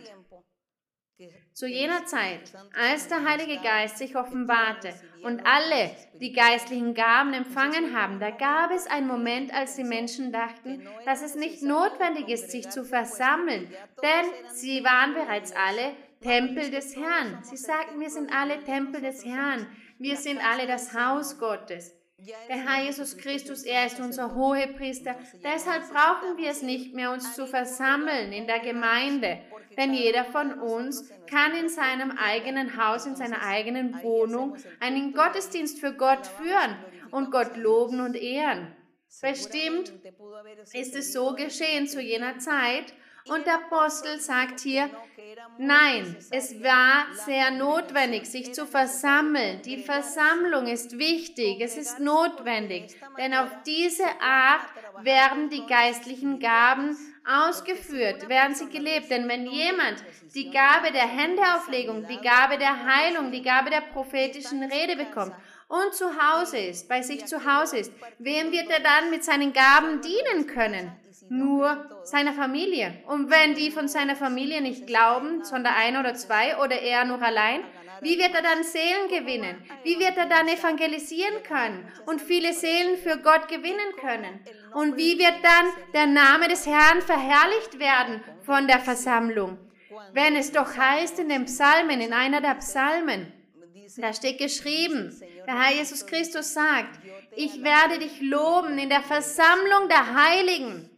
Zeit, als der Heilige Geist sich offenbarte und alle die geistlichen Gaben empfangen haben, da gab es einen Moment, als die Menschen dachten, dass es nicht notwendig ist, sich zu versammeln, denn sie waren bereits alle Tempel des Herrn. Sie sagten, wir sind alle Tempel des Herrn, wir sind alle das Haus Gottes. Der Herr Jesus Christus, er ist unser Hohepriester, deshalb brauchen wir es nicht mehr, uns zu versammeln in der Gemeinde. Denn jeder von uns kann in seinem eigenen Haus, in seiner eigenen Wohnung einen Gottesdienst für Gott führen und Gott loben und ehren. Bestimmt ist es so geschehen zu jener Zeit. Und der Apostel sagt hier, nein, es war sehr notwendig, sich zu versammeln. Die Versammlung ist wichtig, es ist notwendig, denn auf diese Art werden die geistlichen Gaben ausgeführt, werden sie gelebt. Denn wenn jemand die Gabe der Händeauflegung, die Gabe der Heilung, die Gabe der prophetischen Rede bekommt und zu Hause ist, bei sich zu Hause ist, wem wird er dann mit seinen Gaben dienen können? Nur seiner Familie. Und wenn die von seiner Familie nicht glauben, sondern ein oder zwei oder er nur allein, wie wird er dann Seelen gewinnen? Wie wird er dann evangelisieren können und viele Seelen für Gott gewinnen können? Und wie wird dann der Name des Herrn verherrlicht werden von der Versammlung? Wenn es doch heißt in den Psalmen, in einer der Psalmen, da steht geschrieben, der Herr Jesus Christus sagt, ich werde dich loben in der Versammlung der Heiligen.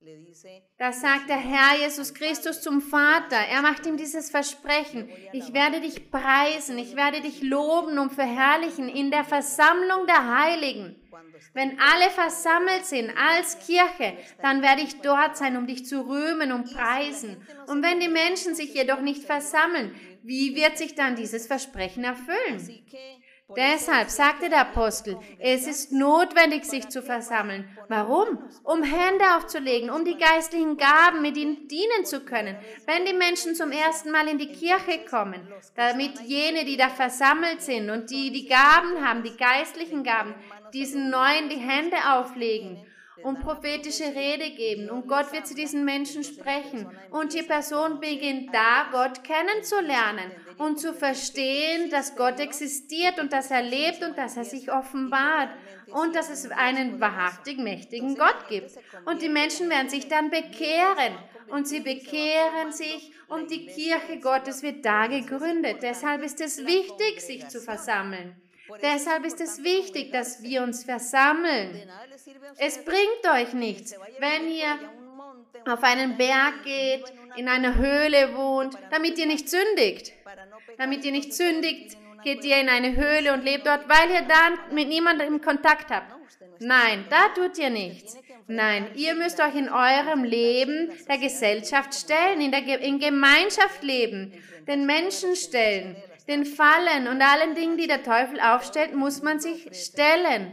Da sagt der Herr Jesus Christus zum Vater, er macht ihm dieses Versprechen, ich werde dich preisen, ich werde dich loben und verherrlichen in der Versammlung der Heiligen. Wenn alle versammelt sind als Kirche, dann werde ich dort sein, um dich zu rühmen und preisen. Und wenn die Menschen sich jedoch nicht versammeln, wie wird sich dann dieses Versprechen erfüllen? Deshalb sagte der Apostel, es ist notwendig, sich zu versammeln. Warum? Um Hände aufzulegen, um die geistlichen Gaben mit ihnen dienen zu können. Wenn die Menschen zum ersten Mal in die Kirche kommen, damit jene, die da versammelt sind und die Gaben haben, die geistlichen Gaben, diesen Neuen die Hände auflegen und prophetische Rede geben. Und Gott wird zu diesen Menschen sprechen. Und die Person beginnt da, Gott kennenzulernen und zu verstehen, dass Gott existiert und dass er lebt und dass er sich offenbart und dass es einen wahrhaftig mächtigen Gott gibt. Und die Menschen werden sich dann bekehren. Und sie bekehren sich und die Kirche Gottes wird da gegründet. Deshalb ist es wichtig, sich zu versammeln. Deshalb ist es wichtig, dass wir uns versammeln. Es bringt euch nichts, wenn ihr auf einen Berg geht, in einer Höhle wohnt, damit ihr nicht sündigt. Damit ihr nicht sündigt, geht ihr in eine Höhle und lebt dort, weil ihr dann mit niemandem Kontakt habt. Nein, da tut ihr nichts. Nein, ihr müsst euch in eurem Leben der Gesellschaft stellen, in Gemeinschaft leben, den Menschen stellen. Den Fallen und allen Dingen, die der Teufel aufstellt, muss man sich stellen.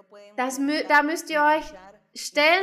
Da müsst ihr euch stellen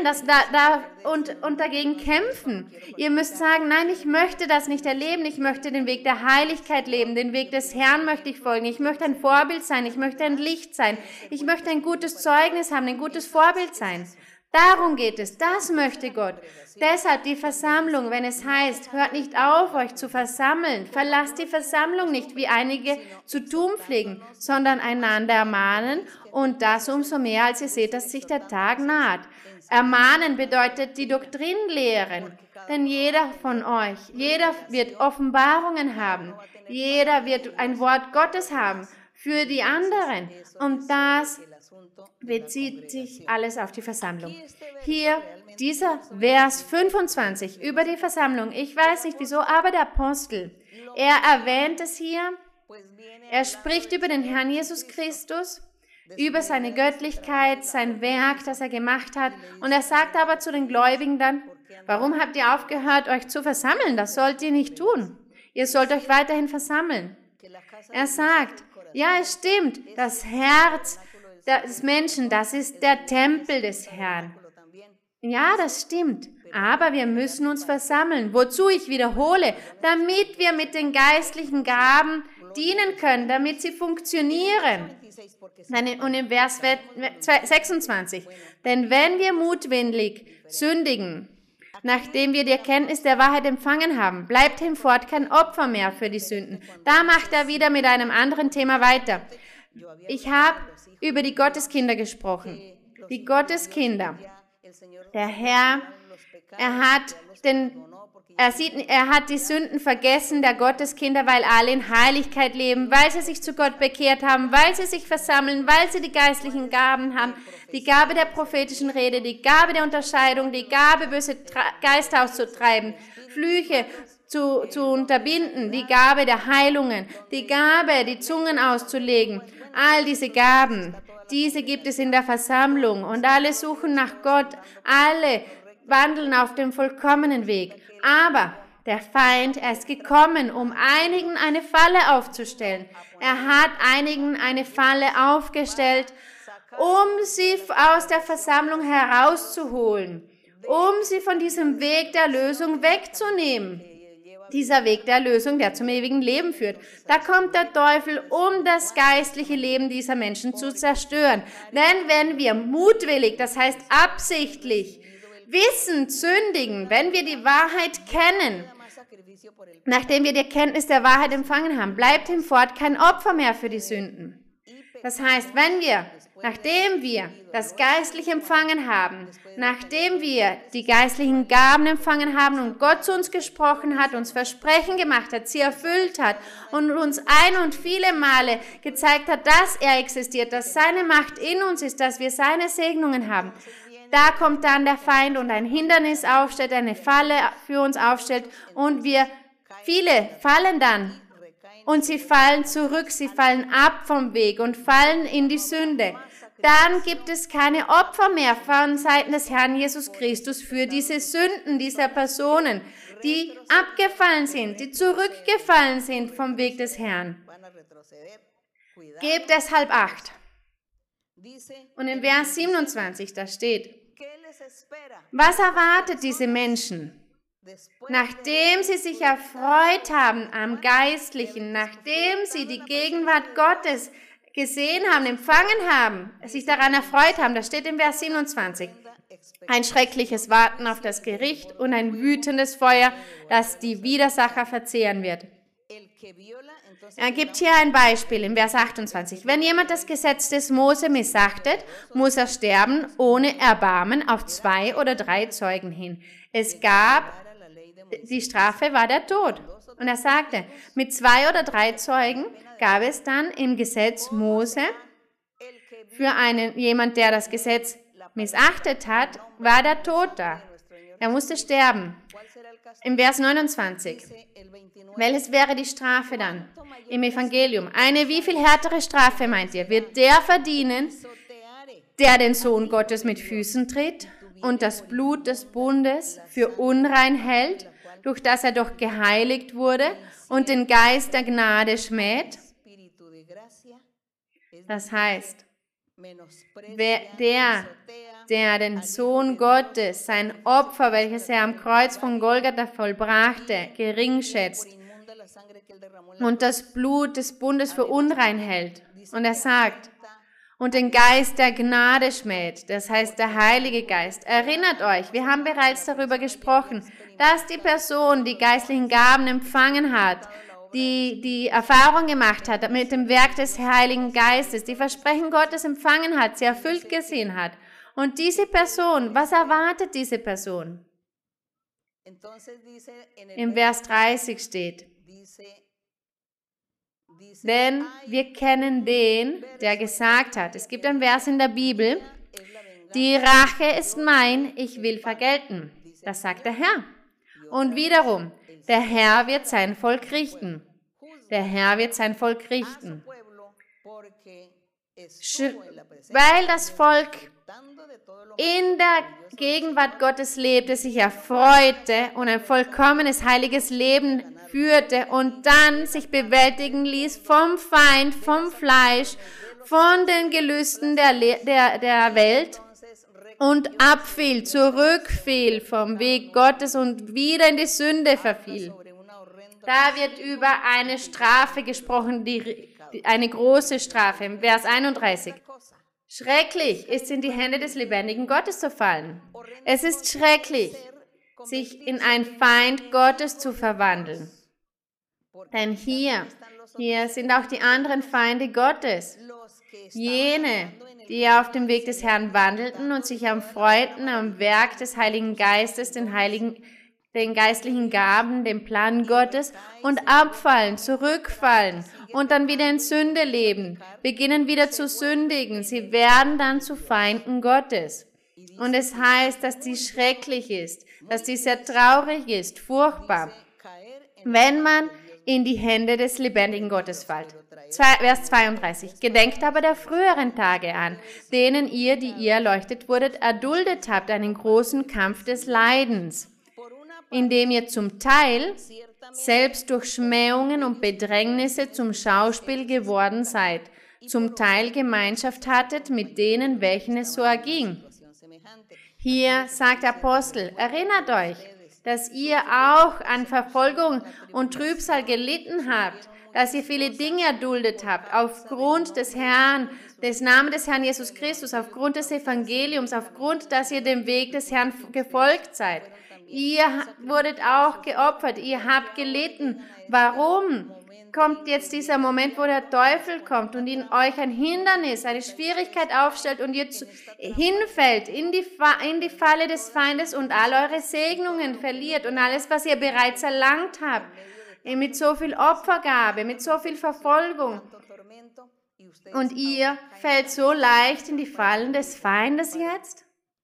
und dagegen kämpfen. Ihr müsst sagen, nein, ich möchte das nicht erleben, ich möchte den Weg der Heiligkeit leben, den Weg des Herrn möchte ich folgen, ich möchte ein Vorbild sein, ich möchte ein Licht sein, ich möchte ein gutes Zeugnis haben, ein gutes Vorbild sein. Darum geht es, das möchte Gott. Deshalb die Versammlung, wenn es heißt, hört nicht auf, euch zu versammeln, verlasst die Versammlung nicht, wie einige zu tun pflegen, sondern einander ermahnen und das umso mehr, als ihr seht, dass sich der Tag naht. Ermahnen bedeutet die Doktrin lehren, denn jeder von euch, jeder wird Offenbarungen haben, jeder wird ein Wort Gottes haben für die anderen und das bezieht sich alles auf die Versammlung. Hier dieser Vers 25 über die Versammlung. Ich weiß nicht wieso, aber der Apostel, er erwähnt es hier. Er spricht über den Herrn Jesus Christus, über seine Göttlichkeit, sein Werk, das er gemacht hat. Und er sagt aber zu den Gläubigen dann, warum habt ihr aufgehört, euch zu versammeln? Das sollt ihr nicht tun. Ihr sollt euch weiterhin versammeln. Er sagt, ja, es stimmt, das Herz des Menschen, das ist der Tempel des Herrn. Ja, das stimmt. Aber wir müssen uns versammeln. Wozu ich wiederhole, damit wir mit den geistlichen Gaben dienen können, damit sie funktionieren. Und im Vers 26. Denn wenn wir mutwillig sündigen, nachdem wir die Erkenntnis der Wahrheit empfangen haben, bleibt hinfort kein Opfer mehr für die Sünden. Da macht er wieder mit einem anderen Thema weiter. Ich habe über die Gotteskinder gesprochen. Die Gotteskinder. Der Herr, er hat die Sünden vergessen der Gotteskinder, weil alle in Heiligkeit leben, weil sie sich zu Gott bekehrt haben, weil sie sich versammeln, weil sie die geistlichen Gaben haben, die Gabe der prophetischen Rede, die Gabe der Unterscheidung, die Gabe, böse Geister auszutreiben, Flüche zu unterbinden, die Gabe der Heilungen, die Gabe, die Zungen auszulegen. All diese Gaben, diese gibt es in der Versammlung und alle suchen nach Gott, alle wandeln auf dem vollkommenen Weg. Aber der Feind, er ist gekommen, um einigen eine Falle aufzustellen. Er hat einigen eine Falle aufgestellt, um sie aus der Versammlung herauszuholen, um sie von diesem Weg der Lösung wegzunehmen. Dieser Weg der Lösung, der zum ewigen Leben führt. Da kommt der Teufel, um das geistliche Leben dieser Menschen zu zerstören. Denn wenn wir mutwillig, das heißt absichtlich, wissend sündigen, wenn wir die Wahrheit kennen, nachdem wir die Erkenntnis der Wahrheit empfangen haben, bleibt hinfort kein Opfer mehr für die Sünden. Das heißt, wenn wir, nachdem wir das Geistliche empfangen haben, nachdem wir die geistlichen Gaben empfangen haben und Gott zu uns gesprochen hat, uns Versprechen gemacht hat, sie erfüllt hat und uns ein und viele Male gezeigt hat, dass er existiert, dass seine Macht in uns ist, dass wir seine Segnungen haben, da kommt dann der Feind und ein Hindernis aufstellt, eine Falle für uns aufstellt und viele fallen dann. Und sie fallen zurück, sie fallen ab vom Weg und fallen in die Sünde. Dann gibt es keine Opfer mehr von Seiten des Herrn Jesus Christus für diese Sünden dieser Personen, die abgefallen sind, die zurückgefallen sind vom Weg des Herrn. Gebt deshalb Acht. Und in Vers 27, da steht, was erwartet diese Menschen? Nachdem sie sich erfreut haben am Geistlichen, nachdem sie die Gegenwart Gottes gesehen haben, empfangen haben, sich daran erfreut haben, das steht in Vers 27, ein schreckliches Warten auf das Gericht und ein wütendes Feuer, das die Widersacher verzehren wird. Er gibt hier ein Beispiel in Vers 28. Wenn jemand das Gesetz des Mose missachtet, muss er sterben ohne Erbarmen auf 2 oder 3 Zeugen hin. Die Strafe war der Tod. Und er sagte, mit 2 oder 3 Zeugen gab es dann im Gesetz Mose für jemand, der das Gesetz missachtet hat, war der Tod da. Er musste sterben. Im Vers 29. Welches wäre die Strafe dann im Evangelium? Eine wie viel härtere Strafe, meint ihr, wird der verdienen, der den Sohn Gottes mit Füßen tritt und das Blut des Bundes für unrein hält, durch das er doch geheiligt wurde und den Geist der Gnade schmäht? Das heißt, der den Sohn Gottes, sein Opfer, welches er am Kreuz von Golgatha vollbrachte, geringschätzt und das Blut des Bundes für unrein hält. Und er sagt, und den Geist der Gnade schmäht, das heißt der Heilige Geist. Erinnert euch, wir haben bereits darüber gesprochen, dass die Person, die geistlichen Gaben empfangen hat, die Erfahrung gemacht hat mit dem Werk des Heiligen Geistes, die Versprechen Gottes empfangen hat, sie erfüllt gesehen hat. Und diese Person, was erwartet diese Person? Im Vers 30 steht, denn wir kennen den, der gesagt hat, es gibt einen Vers in der Bibel, die Rache ist mein, ich will vergelten. Das sagt der Herr. Und wiederum, der Herr wird sein Volk richten. Der Herr wird sein Volk richten. Weil das Volk in der Gegenwart Gottes lebte, sich erfreute und ein vollkommenes, heiliges Leben führte und dann sich bewältigen ließ vom Feind, vom Fleisch, von den Gelüsten der Welt und abfiel, zurückfiel vom Weg Gottes und wieder in die Sünde verfiel. Da wird über eine Strafe gesprochen, eine große Strafe, im Vers 31. Schrecklich ist in die Hände des lebendigen Gottes zu fallen. Es ist schrecklich, sich in ein Feind Gottes zu verwandeln. Denn hier sind auch die anderen Feinde Gottes. Jene, die auf dem Weg des Herrn wandelten und sich erfreuten am Werk des Heiligen Geistes, den geistlichen Gaben, dem Plan Gottes und abfallen, zurückfallen und dann wieder in Sünde leben, beginnen wieder zu sündigen. Sie werden dann zu Feinden Gottes. Und es heißt, dass dies schrecklich ist, dass dies sehr traurig ist, furchtbar, wenn man in die Hände des lebendigen Gottes fällt. Vers 32. Gedenkt aber der früheren Tage an, denen ihr, die ihr erleuchtet wurdet, erduldet habt einen großen Kampf des Leidens, indem ihr zum Teil selbst durch Schmähungen und Bedrängnisse zum Schauspiel geworden seid, zum Teil Gemeinschaft hattet mit denen, welchen es so erging. Hier sagt der Apostel, erinnert euch, dass ihr auch an Verfolgung und Trübsal gelitten habt, dass ihr viele Dinge erduldet habt, aufgrund des Herrn, des Namens des Herrn Jesus Christus, aufgrund des Evangeliums, aufgrund, dass ihr dem Weg des Herrn gefolgt seid. Ihr wurdet auch geopfert, ihr habt gelitten. Warum kommt jetzt dieser Moment, wo der Teufel kommt und in euch ein Hindernis, eine Schwierigkeit aufstellt und ihr hinfällt in die Falle des Feindes und all eure Segnungen verliert und alles, was ihr bereits erlangt habt, mit so viel Opfergabe, mit so viel Verfolgung. Und ihr fällt so leicht in die Fallen des Feindes jetzt,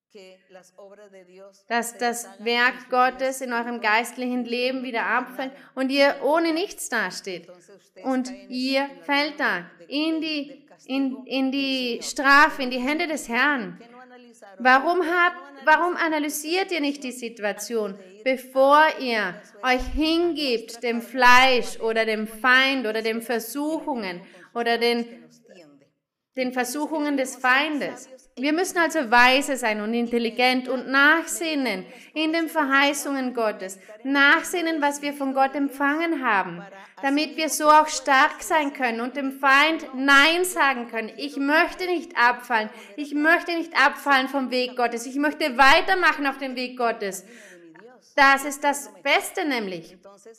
dass das Werk Gottes in eurem geistlichen Leben wieder abfällt und ihr ohne nichts dasteht. Und ihr fällt da in die Strafe, in die Hände des Herrn. Warum analysiert ihr nicht die Situation, bevor ihr euch hingibt dem Fleisch oder dem Feind oder den Versuchungen oder den Versuchungen des Feindes. Wir müssen also weise sein und intelligent und nachsinnen in den Verheißungen Gottes, nachsinnen, was wir von Gott empfangen haben, damit wir so auch stark sein können und dem Feind Nein sagen können. Ich möchte nicht abfallen, ich möchte nicht abfallen vom Weg Gottes, ich möchte weitermachen auf dem Weg Gottes. Das ist das Beste nämlich.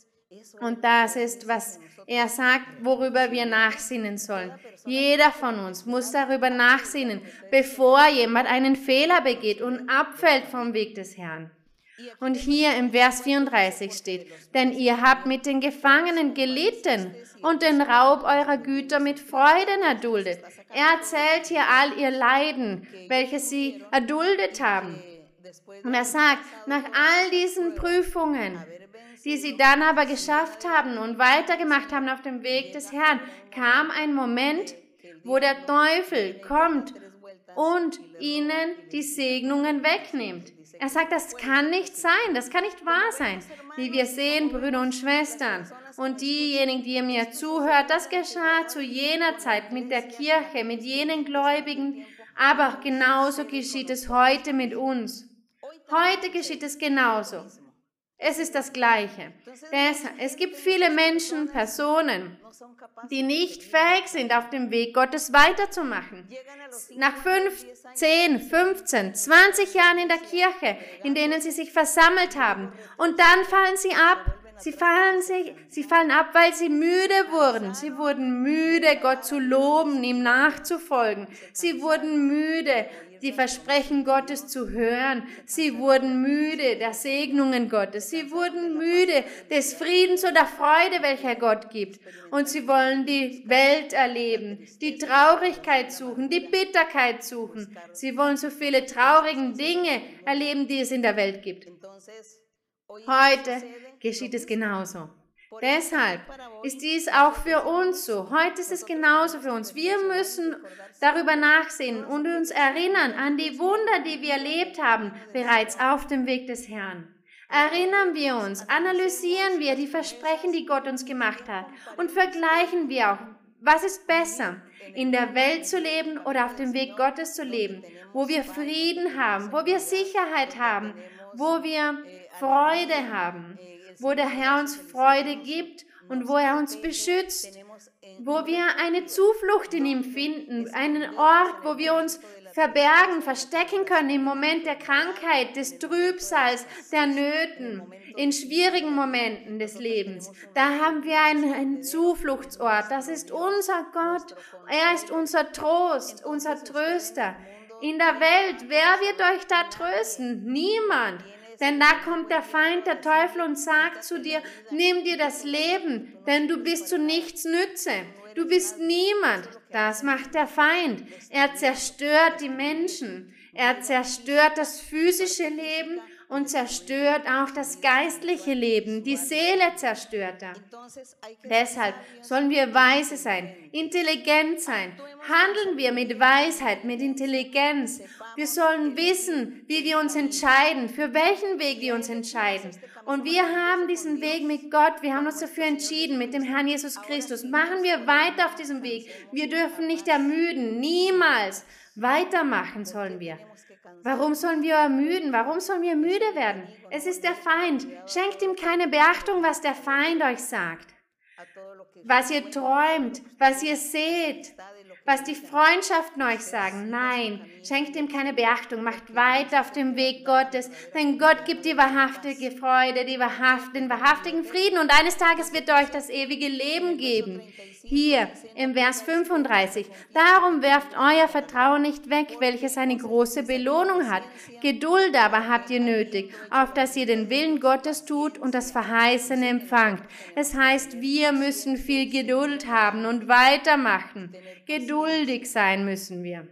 Und das ist, was er sagt, worüber wir nachsinnen sollen. Jeder von uns muss darüber nachsinnen, bevor jemand einen Fehler begeht und abfällt vom Weg des Herrn. Und hier im Vers 34 steht, denn ihr habt mit den Gefangenen gelitten und den Raub eurer Güter mit Freuden erduldet. Er erzählt hier all ihr Leiden, welche sie erduldet haben. Und er sagt, nach all diesen Prüfungen, die sie dann aber geschafft haben und weitergemacht haben auf dem Weg des Herrn, kam ein Moment, wo der Teufel kommt und ihnen die Segnungen wegnimmt. Er sagt, das kann nicht sein, das kann nicht wahr sein. Wie wir sehen, Brüder und Schwestern, und diejenigen, die ihr mir zuhört, das geschah zu jener Zeit mit der Kirche, mit jenen Gläubigen, aber genauso geschieht es heute mit uns. Heute geschieht es genauso. Es ist das Gleiche. Es gibt viele Menschen, Personen, die nicht fähig sind, auf dem Weg Gottes weiterzumachen. Nach 5, 10, 15, 20 Jahren in der Kirche, in denen sie sich versammelt haben, und dann fallen sie ab. Sie fallen ab, weil sie müde wurden. Sie wurden müde, Gott zu loben, ihm nachzufolgen. Sie wurden müde, die Versprechen Gottes zu hören. Sie wurden müde der Segnungen Gottes. Sie wurden müde des Friedens und der Freude, welcher Gott gibt. Und sie wollen die Welt erleben, die Traurigkeit suchen, die Bitterkeit suchen. Sie wollen so viele traurige Dinge erleben, die es in der Welt gibt. Heute geschieht es genauso. Deshalb ist dies auch für uns so. Heute ist es genauso für uns. Wir müssen darüber nachsehen und uns erinnern an die Wunder, die wir erlebt haben, bereits auf dem Weg des Herrn. Erinnern wir uns, analysieren wir die Versprechen, die Gott uns gemacht hat, und vergleichen wir auch, was ist besser, in der Welt zu leben oder auf dem Weg Gottes zu leben, wo wir Frieden haben, wo wir Sicherheit haben, wo wir Freude haben, wo der Herr uns Freude gibt und wo er uns beschützt, wo wir eine Zuflucht in ihm finden, einen Ort, wo wir uns verbergen, verstecken können im Moment der Krankheit, des Trübsals, der Nöten, in schwierigen Momenten des Lebens. Da haben wir einen Zufluchtsort. Das ist unser Gott. Er ist unser Trost, unser Tröster. In der Welt, wer wird euch da trösten? Niemand. Denn da kommt der Feind, der Teufel, und sagt zu dir, nimm dir das Leben, denn du bist zu nichts Nütze. Du bist niemand. Das macht der Feind. Er zerstört die Menschen. Er zerstört das physische Leben und zerstört auch das geistliche Leben. Die Seele zerstört er. Deshalb sollen wir weise sein, intelligent sein. Handeln wir mit Weisheit, mit Intelligenz. Wir sollen wissen, wie wir uns entscheiden, für welchen Weg wir uns entscheiden. Und wir haben diesen Weg mit Gott, wir haben uns dafür entschieden, mit dem Herrn Jesus Christus. Machen wir weiter auf diesem Weg. Wir dürfen nicht ermüden, niemals. Weitermachen sollen wir. Warum sollen wir ermüden? Warum sollen wir müde werden? Es ist der Feind. Schenkt ihm keine Beachtung, was der Feind euch sagt. Was ihr träumt, was ihr seht, was die Freundschaften euch sagen. Nein, schenkt ihm keine Beachtung, macht weiter auf dem Weg Gottes, denn Gott gibt die wahrhaftige Freude, den wahrhaftigen Frieden, und eines Tages wird er euch das ewige Leben geben. Hier im Vers 35, darum werft euer Vertrauen nicht weg, welches eine große Belohnung hat. Geduld aber habt ihr nötig, auf dass ihr den Willen Gottes tut und das Verheißene empfangt. Es heißt, wir müssen viel Geduld haben und weitermachen. Geduldig sein müssen wir.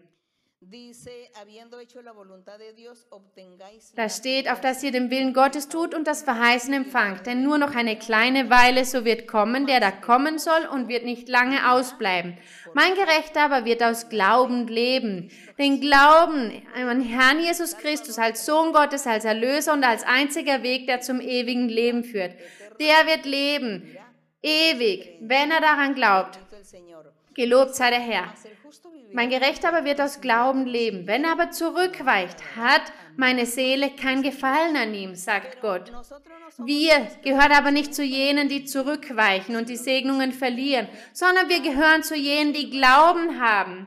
Da steht, auf dass ihr den Willen Gottes tut und das Verheißen empfangt. Denn nur noch eine kleine Weile, so wird kommen, der da kommen soll, und wird nicht lange ausbleiben. Mein Gerechter aber wird aus Glauben leben. Den Glauben an Herrn Jesus Christus als Sohn Gottes, als Erlöser und als einziger Weg, der zum ewigen Leben führt. Der wird leben, ewig, wenn er daran glaubt. Gelobt sei der Herr. Mein Gerechter aber wird aus Glauben leben. Wenn er aber zurückweicht, hat meine Seele kein Gefallen an ihm, sagt Gott. Wir gehören aber nicht zu jenen, die zurückweichen und die Segnungen verlieren, sondern wir gehören zu jenen, die Glauben haben.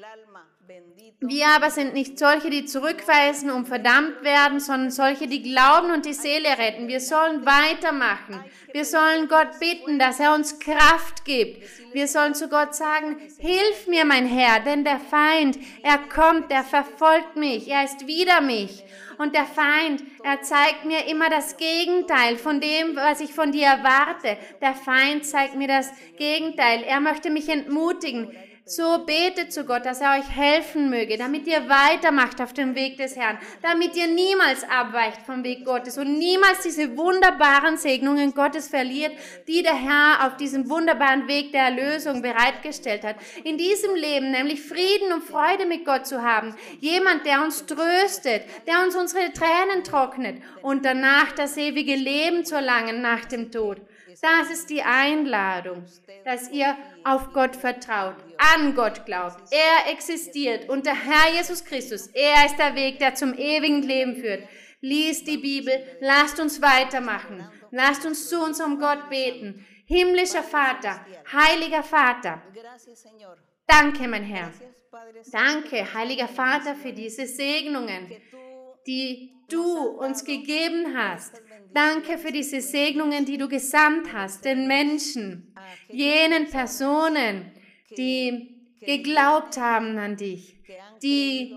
Wir aber sind nicht solche, die zurückweisen und verdammt werden, sondern solche, die glauben und die Seele retten. Wir sollen weitermachen. Wir sollen Gott bitten, dass er uns Kraft gibt. Wir sollen zu Gott sagen, hilf mir, mein Herr, denn der Feind, er kommt, er verfolgt mich, er ist wider mich. Und der Feind, er zeigt mir immer das Gegenteil von dem, was ich von dir erwarte. Der Feind zeigt mir das Gegenteil. Er möchte mich entmutigen. So betet zu Gott, dass er euch helfen möge, damit ihr weitermacht auf dem Weg des Herrn, damit ihr niemals abweicht vom Weg Gottes und niemals diese wunderbaren Segnungen Gottes verliert, die der Herr auf diesem wunderbaren Weg der Erlösung bereitgestellt hat. In diesem Leben nämlich Frieden und Freude mit Gott zu haben. Jemand, der uns tröstet, der uns unsere Tränen trocknet und danach das ewige Leben zu erlangen nach dem Tod. Das ist die Einladung, dass ihr auf Gott vertraut, an Gott glaubt. Er existiert und der Herr Jesus Christus, er ist der Weg, der zum ewigen Leben führt. Lies die Bibel, lasst uns weitermachen. Lasst uns zu unserem Gott beten. Himmlischer Vater, heiliger Vater, danke, mein Herr. Danke, heiliger Vater, für diese Segnungen, die du uns gegeben hast. Danke für diese Segnungen, die du gesandt hast, den Menschen, jenen Personen, die geglaubt haben an dich, die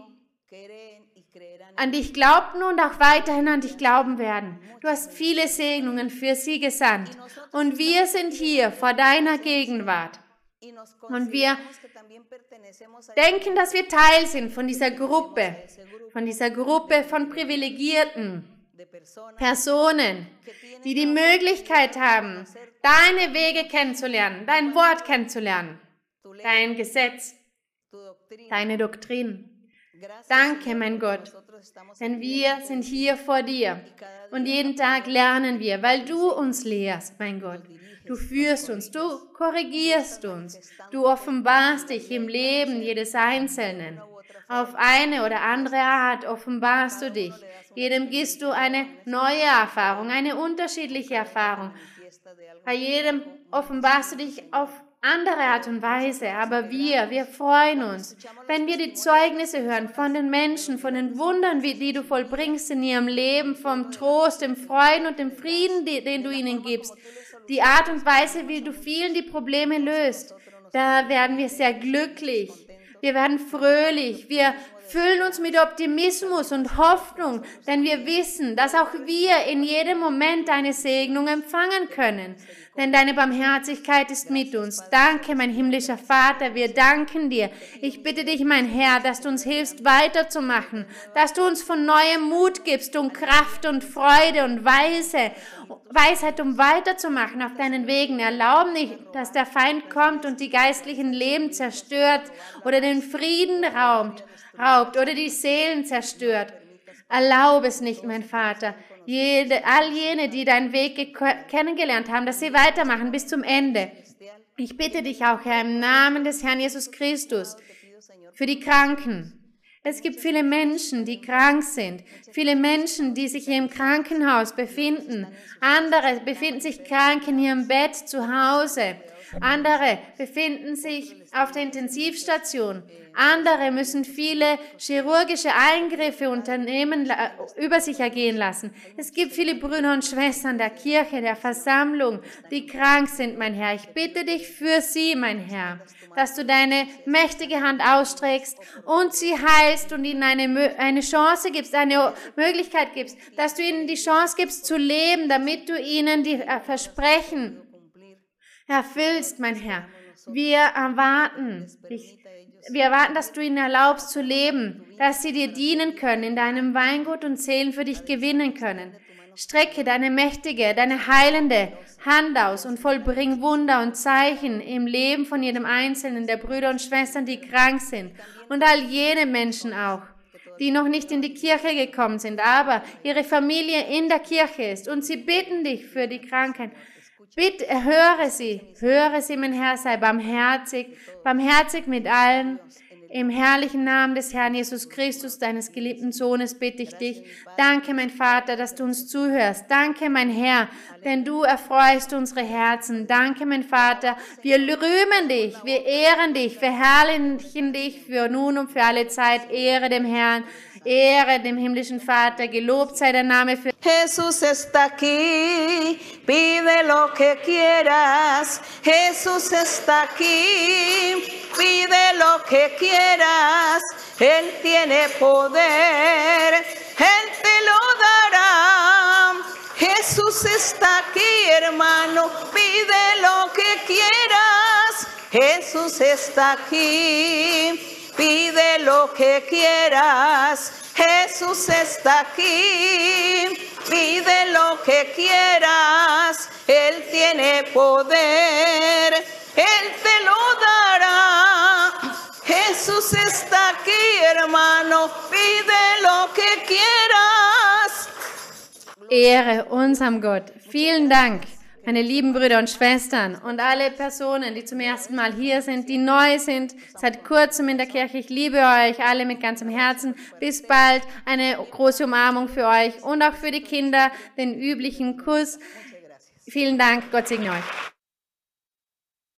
an dich glaubten und auch weiterhin an dich glauben werden. Du hast viele Segnungen für sie gesandt. Und wir sind hier vor deiner Gegenwart. Und wir denken, dass wir Teil sind von dieser Gruppe von privilegierten Personen, die die Möglichkeit haben, deine Wege kennenzulernen, dein Wort kennenzulernen, dein Gesetz, deine Doktrin. Danke, mein Gott, denn wir sind hier vor dir und jeden Tag lernen wir, weil du uns lehrst, mein Gott. Du führst uns, du korrigierst uns, du offenbarst dich im Leben jedes Einzelnen. Auf eine oder andere Art offenbarst du dich. Jedem gibst du eine neue Erfahrung, eine unterschiedliche Erfahrung. Bei jedem offenbarst du dich auf andere Art und Weise, aber wir freuen uns, wenn wir die Zeugnisse hören von den Menschen, von den Wundern, die du vollbringst in ihrem Leben, vom Trost, dem Freuden und dem Frieden, den du ihnen gibst, die Art und Weise, wie du vielen die Probleme löst. Da werden wir sehr glücklich, wir werden fröhlich, wir füllen uns mit Optimismus und Hoffnung, denn wir wissen, dass auch wir in jedem Moment deine Segnung empfangen können. Denn deine Barmherzigkeit ist mit uns. Danke, mein himmlischer Vater, wir danken dir. Ich bitte dich, mein Herr, dass du uns hilfst, weiterzumachen, dass du uns von neuem Mut gibst und Kraft und Freude und Weisheit, um weiterzumachen auf deinen Wegen. Erlaub nicht, dass der Feind kommt und die geistlichen Leben zerstört oder den Frieden raubt oder die Seelen zerstört. Erlaub es nicht, mein Vater. All jene, die deinen Weg kennengelernt haben, dass sie weitermachen bis zum Ende. Ich bitte dich auch, Herr, im Namen des Herrn Jesus Christus, für die Kranken. Es gibt viele Menschen, die krank sind, viele Menschen, die sich hier im Krankenhaus befinden. Andere befinden sich krank in ihrem Bett zu Hause. Andere befinden sich auf der Intensivstation. Andere müssen viele chirurgische Eingriffe über sich ergehen lassen. Es gibt viele Brüder und Schwestern der Kirche, der Versammlung, die krank sind, mein Herr. Ich bitte dich für sie, mein Herr, dass du deine mächtige Hand ausstreckst und sie heilst und ihnen eine Chance gibst, eine Möglichkeit gibst, dass du ihnen die Chance gibst zu leben, damit du ihnen die Versprechen erfüllst, mein Herr. Wir erwarten, dass du ihnen erlaubst zu leben, dass sie dir dienen können in deinem Weingut und Seelen für dich gewinnen können. Strecke deine mächtige, deine heilende Hand aus und vollbring Wunder und Zeichen im Leben von jedem Einzelnen der Brüder und Schwestern, die krank sind und all jene Menschen auch, die noch nicht in die Kirche gekommen sind, aber ihre Familie in der Kirche ist und sie bitten dich für die Kranken. Bitte höre sie, mein Herr, sei barmherzig mit allen. Im herrlichen Namen des Herrn Jesus Christus, deines geliebten Sohnes, bitte ich dich. Danke, mein Vater, dass du uns zuhörst. Danke, mein Herr, denn du erfreust unsere Herzen. Danke, mein Vater, wir rühmen dich, wir ehren dich, verherrlichen dich für nun und für alle Zeit. Ehre dem Herrn, Ehre dem himmlischen Vater, gelobt sei der Name für Jesús está aquí, pide lo que quieras. Jesús está aquí, pide lo que quieras. Él tiene poder, Él te lo dará. Jesús está aquí, hermano, pide lo que quieras. Jesús está aquí, pide lo que quieras. Jesús está aquí, pide lo que quieras, Él tiene poder, Él te lo dará. Jesús está aquí, hermano, pide lo que quieras. Ehre unserem Gott. Vielen Dank, meine lieben Brüder und Schwestern und alle Personen, die zum ersten Mal hier sind, die neu sind, seit kurzem in der Kirche. Ich liebe euch alle mit ganzem Herzen. Bis bald. Eine große Umarmung für euch und auch für die Kinder, den üblichen Kuss. Vielen Dank. Gott segne euch.